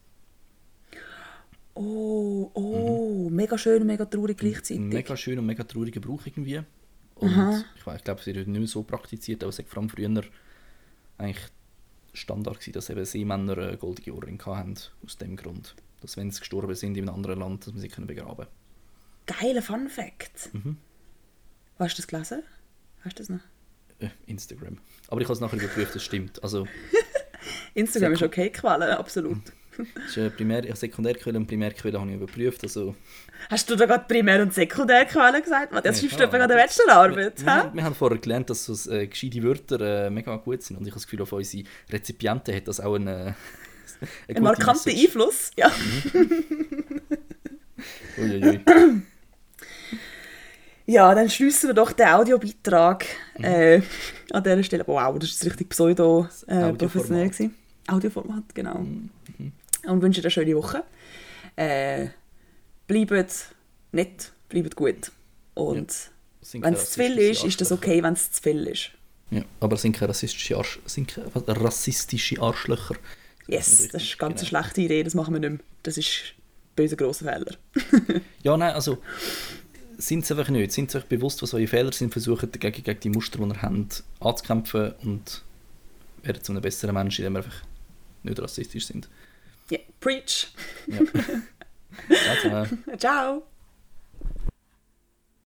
Mega schön und mega traurig gleichzeitig. Mega schön und mega trauriger Brauch irgendwie. Und ich glaube, es wird heute nicht mehr so praktiziert, aber es war vor allem früher eigentlich Standard gewesen, dass eben Seemänner goldige Ohrringe hatten, aus dem Grund. Dass wenn sie gestorben sind in einem anderen Land, dass man sie begraben können. Geiler Fun Fact. Hast du das gelesen? Hast du das noch? Instagram. Aber ich habe es nachher überprüft, das stimmt. Also, Instagram ist okay, Quelle, absolut. Das ist Sekundärquelle und Primärquelle habe ich überprüft. Also. Hast du da gerade Primär- und Sekundärquelle gesagt? Das schreibst du gerade eine Bachelorarbeit. Wir haben vorher gelernt, dass so gescheite Wörter mega gut sind. Und ich habe das Gefühl, auf unsere Rezipienten hat das auch einen markanten Einfluss. Ja. Uiuiui. Ja, dann schliessen wir doch den Audiobeitrag an dieser Stelle. Wow, das war richtig pseudo-professionell. Audioformat, genau. Und wünsche dir eine schöne Woche. Bleibt nett, bleibt gut. Und wenn es zu viel ist, ist das okay, wenn es zu viel ist. Ja, aber sind keine rassistische Arschlöcher. Yes, das ist eine ganz schlechte Idee, das machen wir nicht mehr. Das ist ein böser grosser Fehler. Ja, nein, also sind es einfach nicht. Sind es euch bewusst, was eure Fehler sind, versucht gegen die Muster, die ihr habt, anzukämpfen und werden zu einem besseren Menschen, indem wir einfach nicht rassistisch sind. Ja, yeah, preach! Ja. Ciao. Ciao!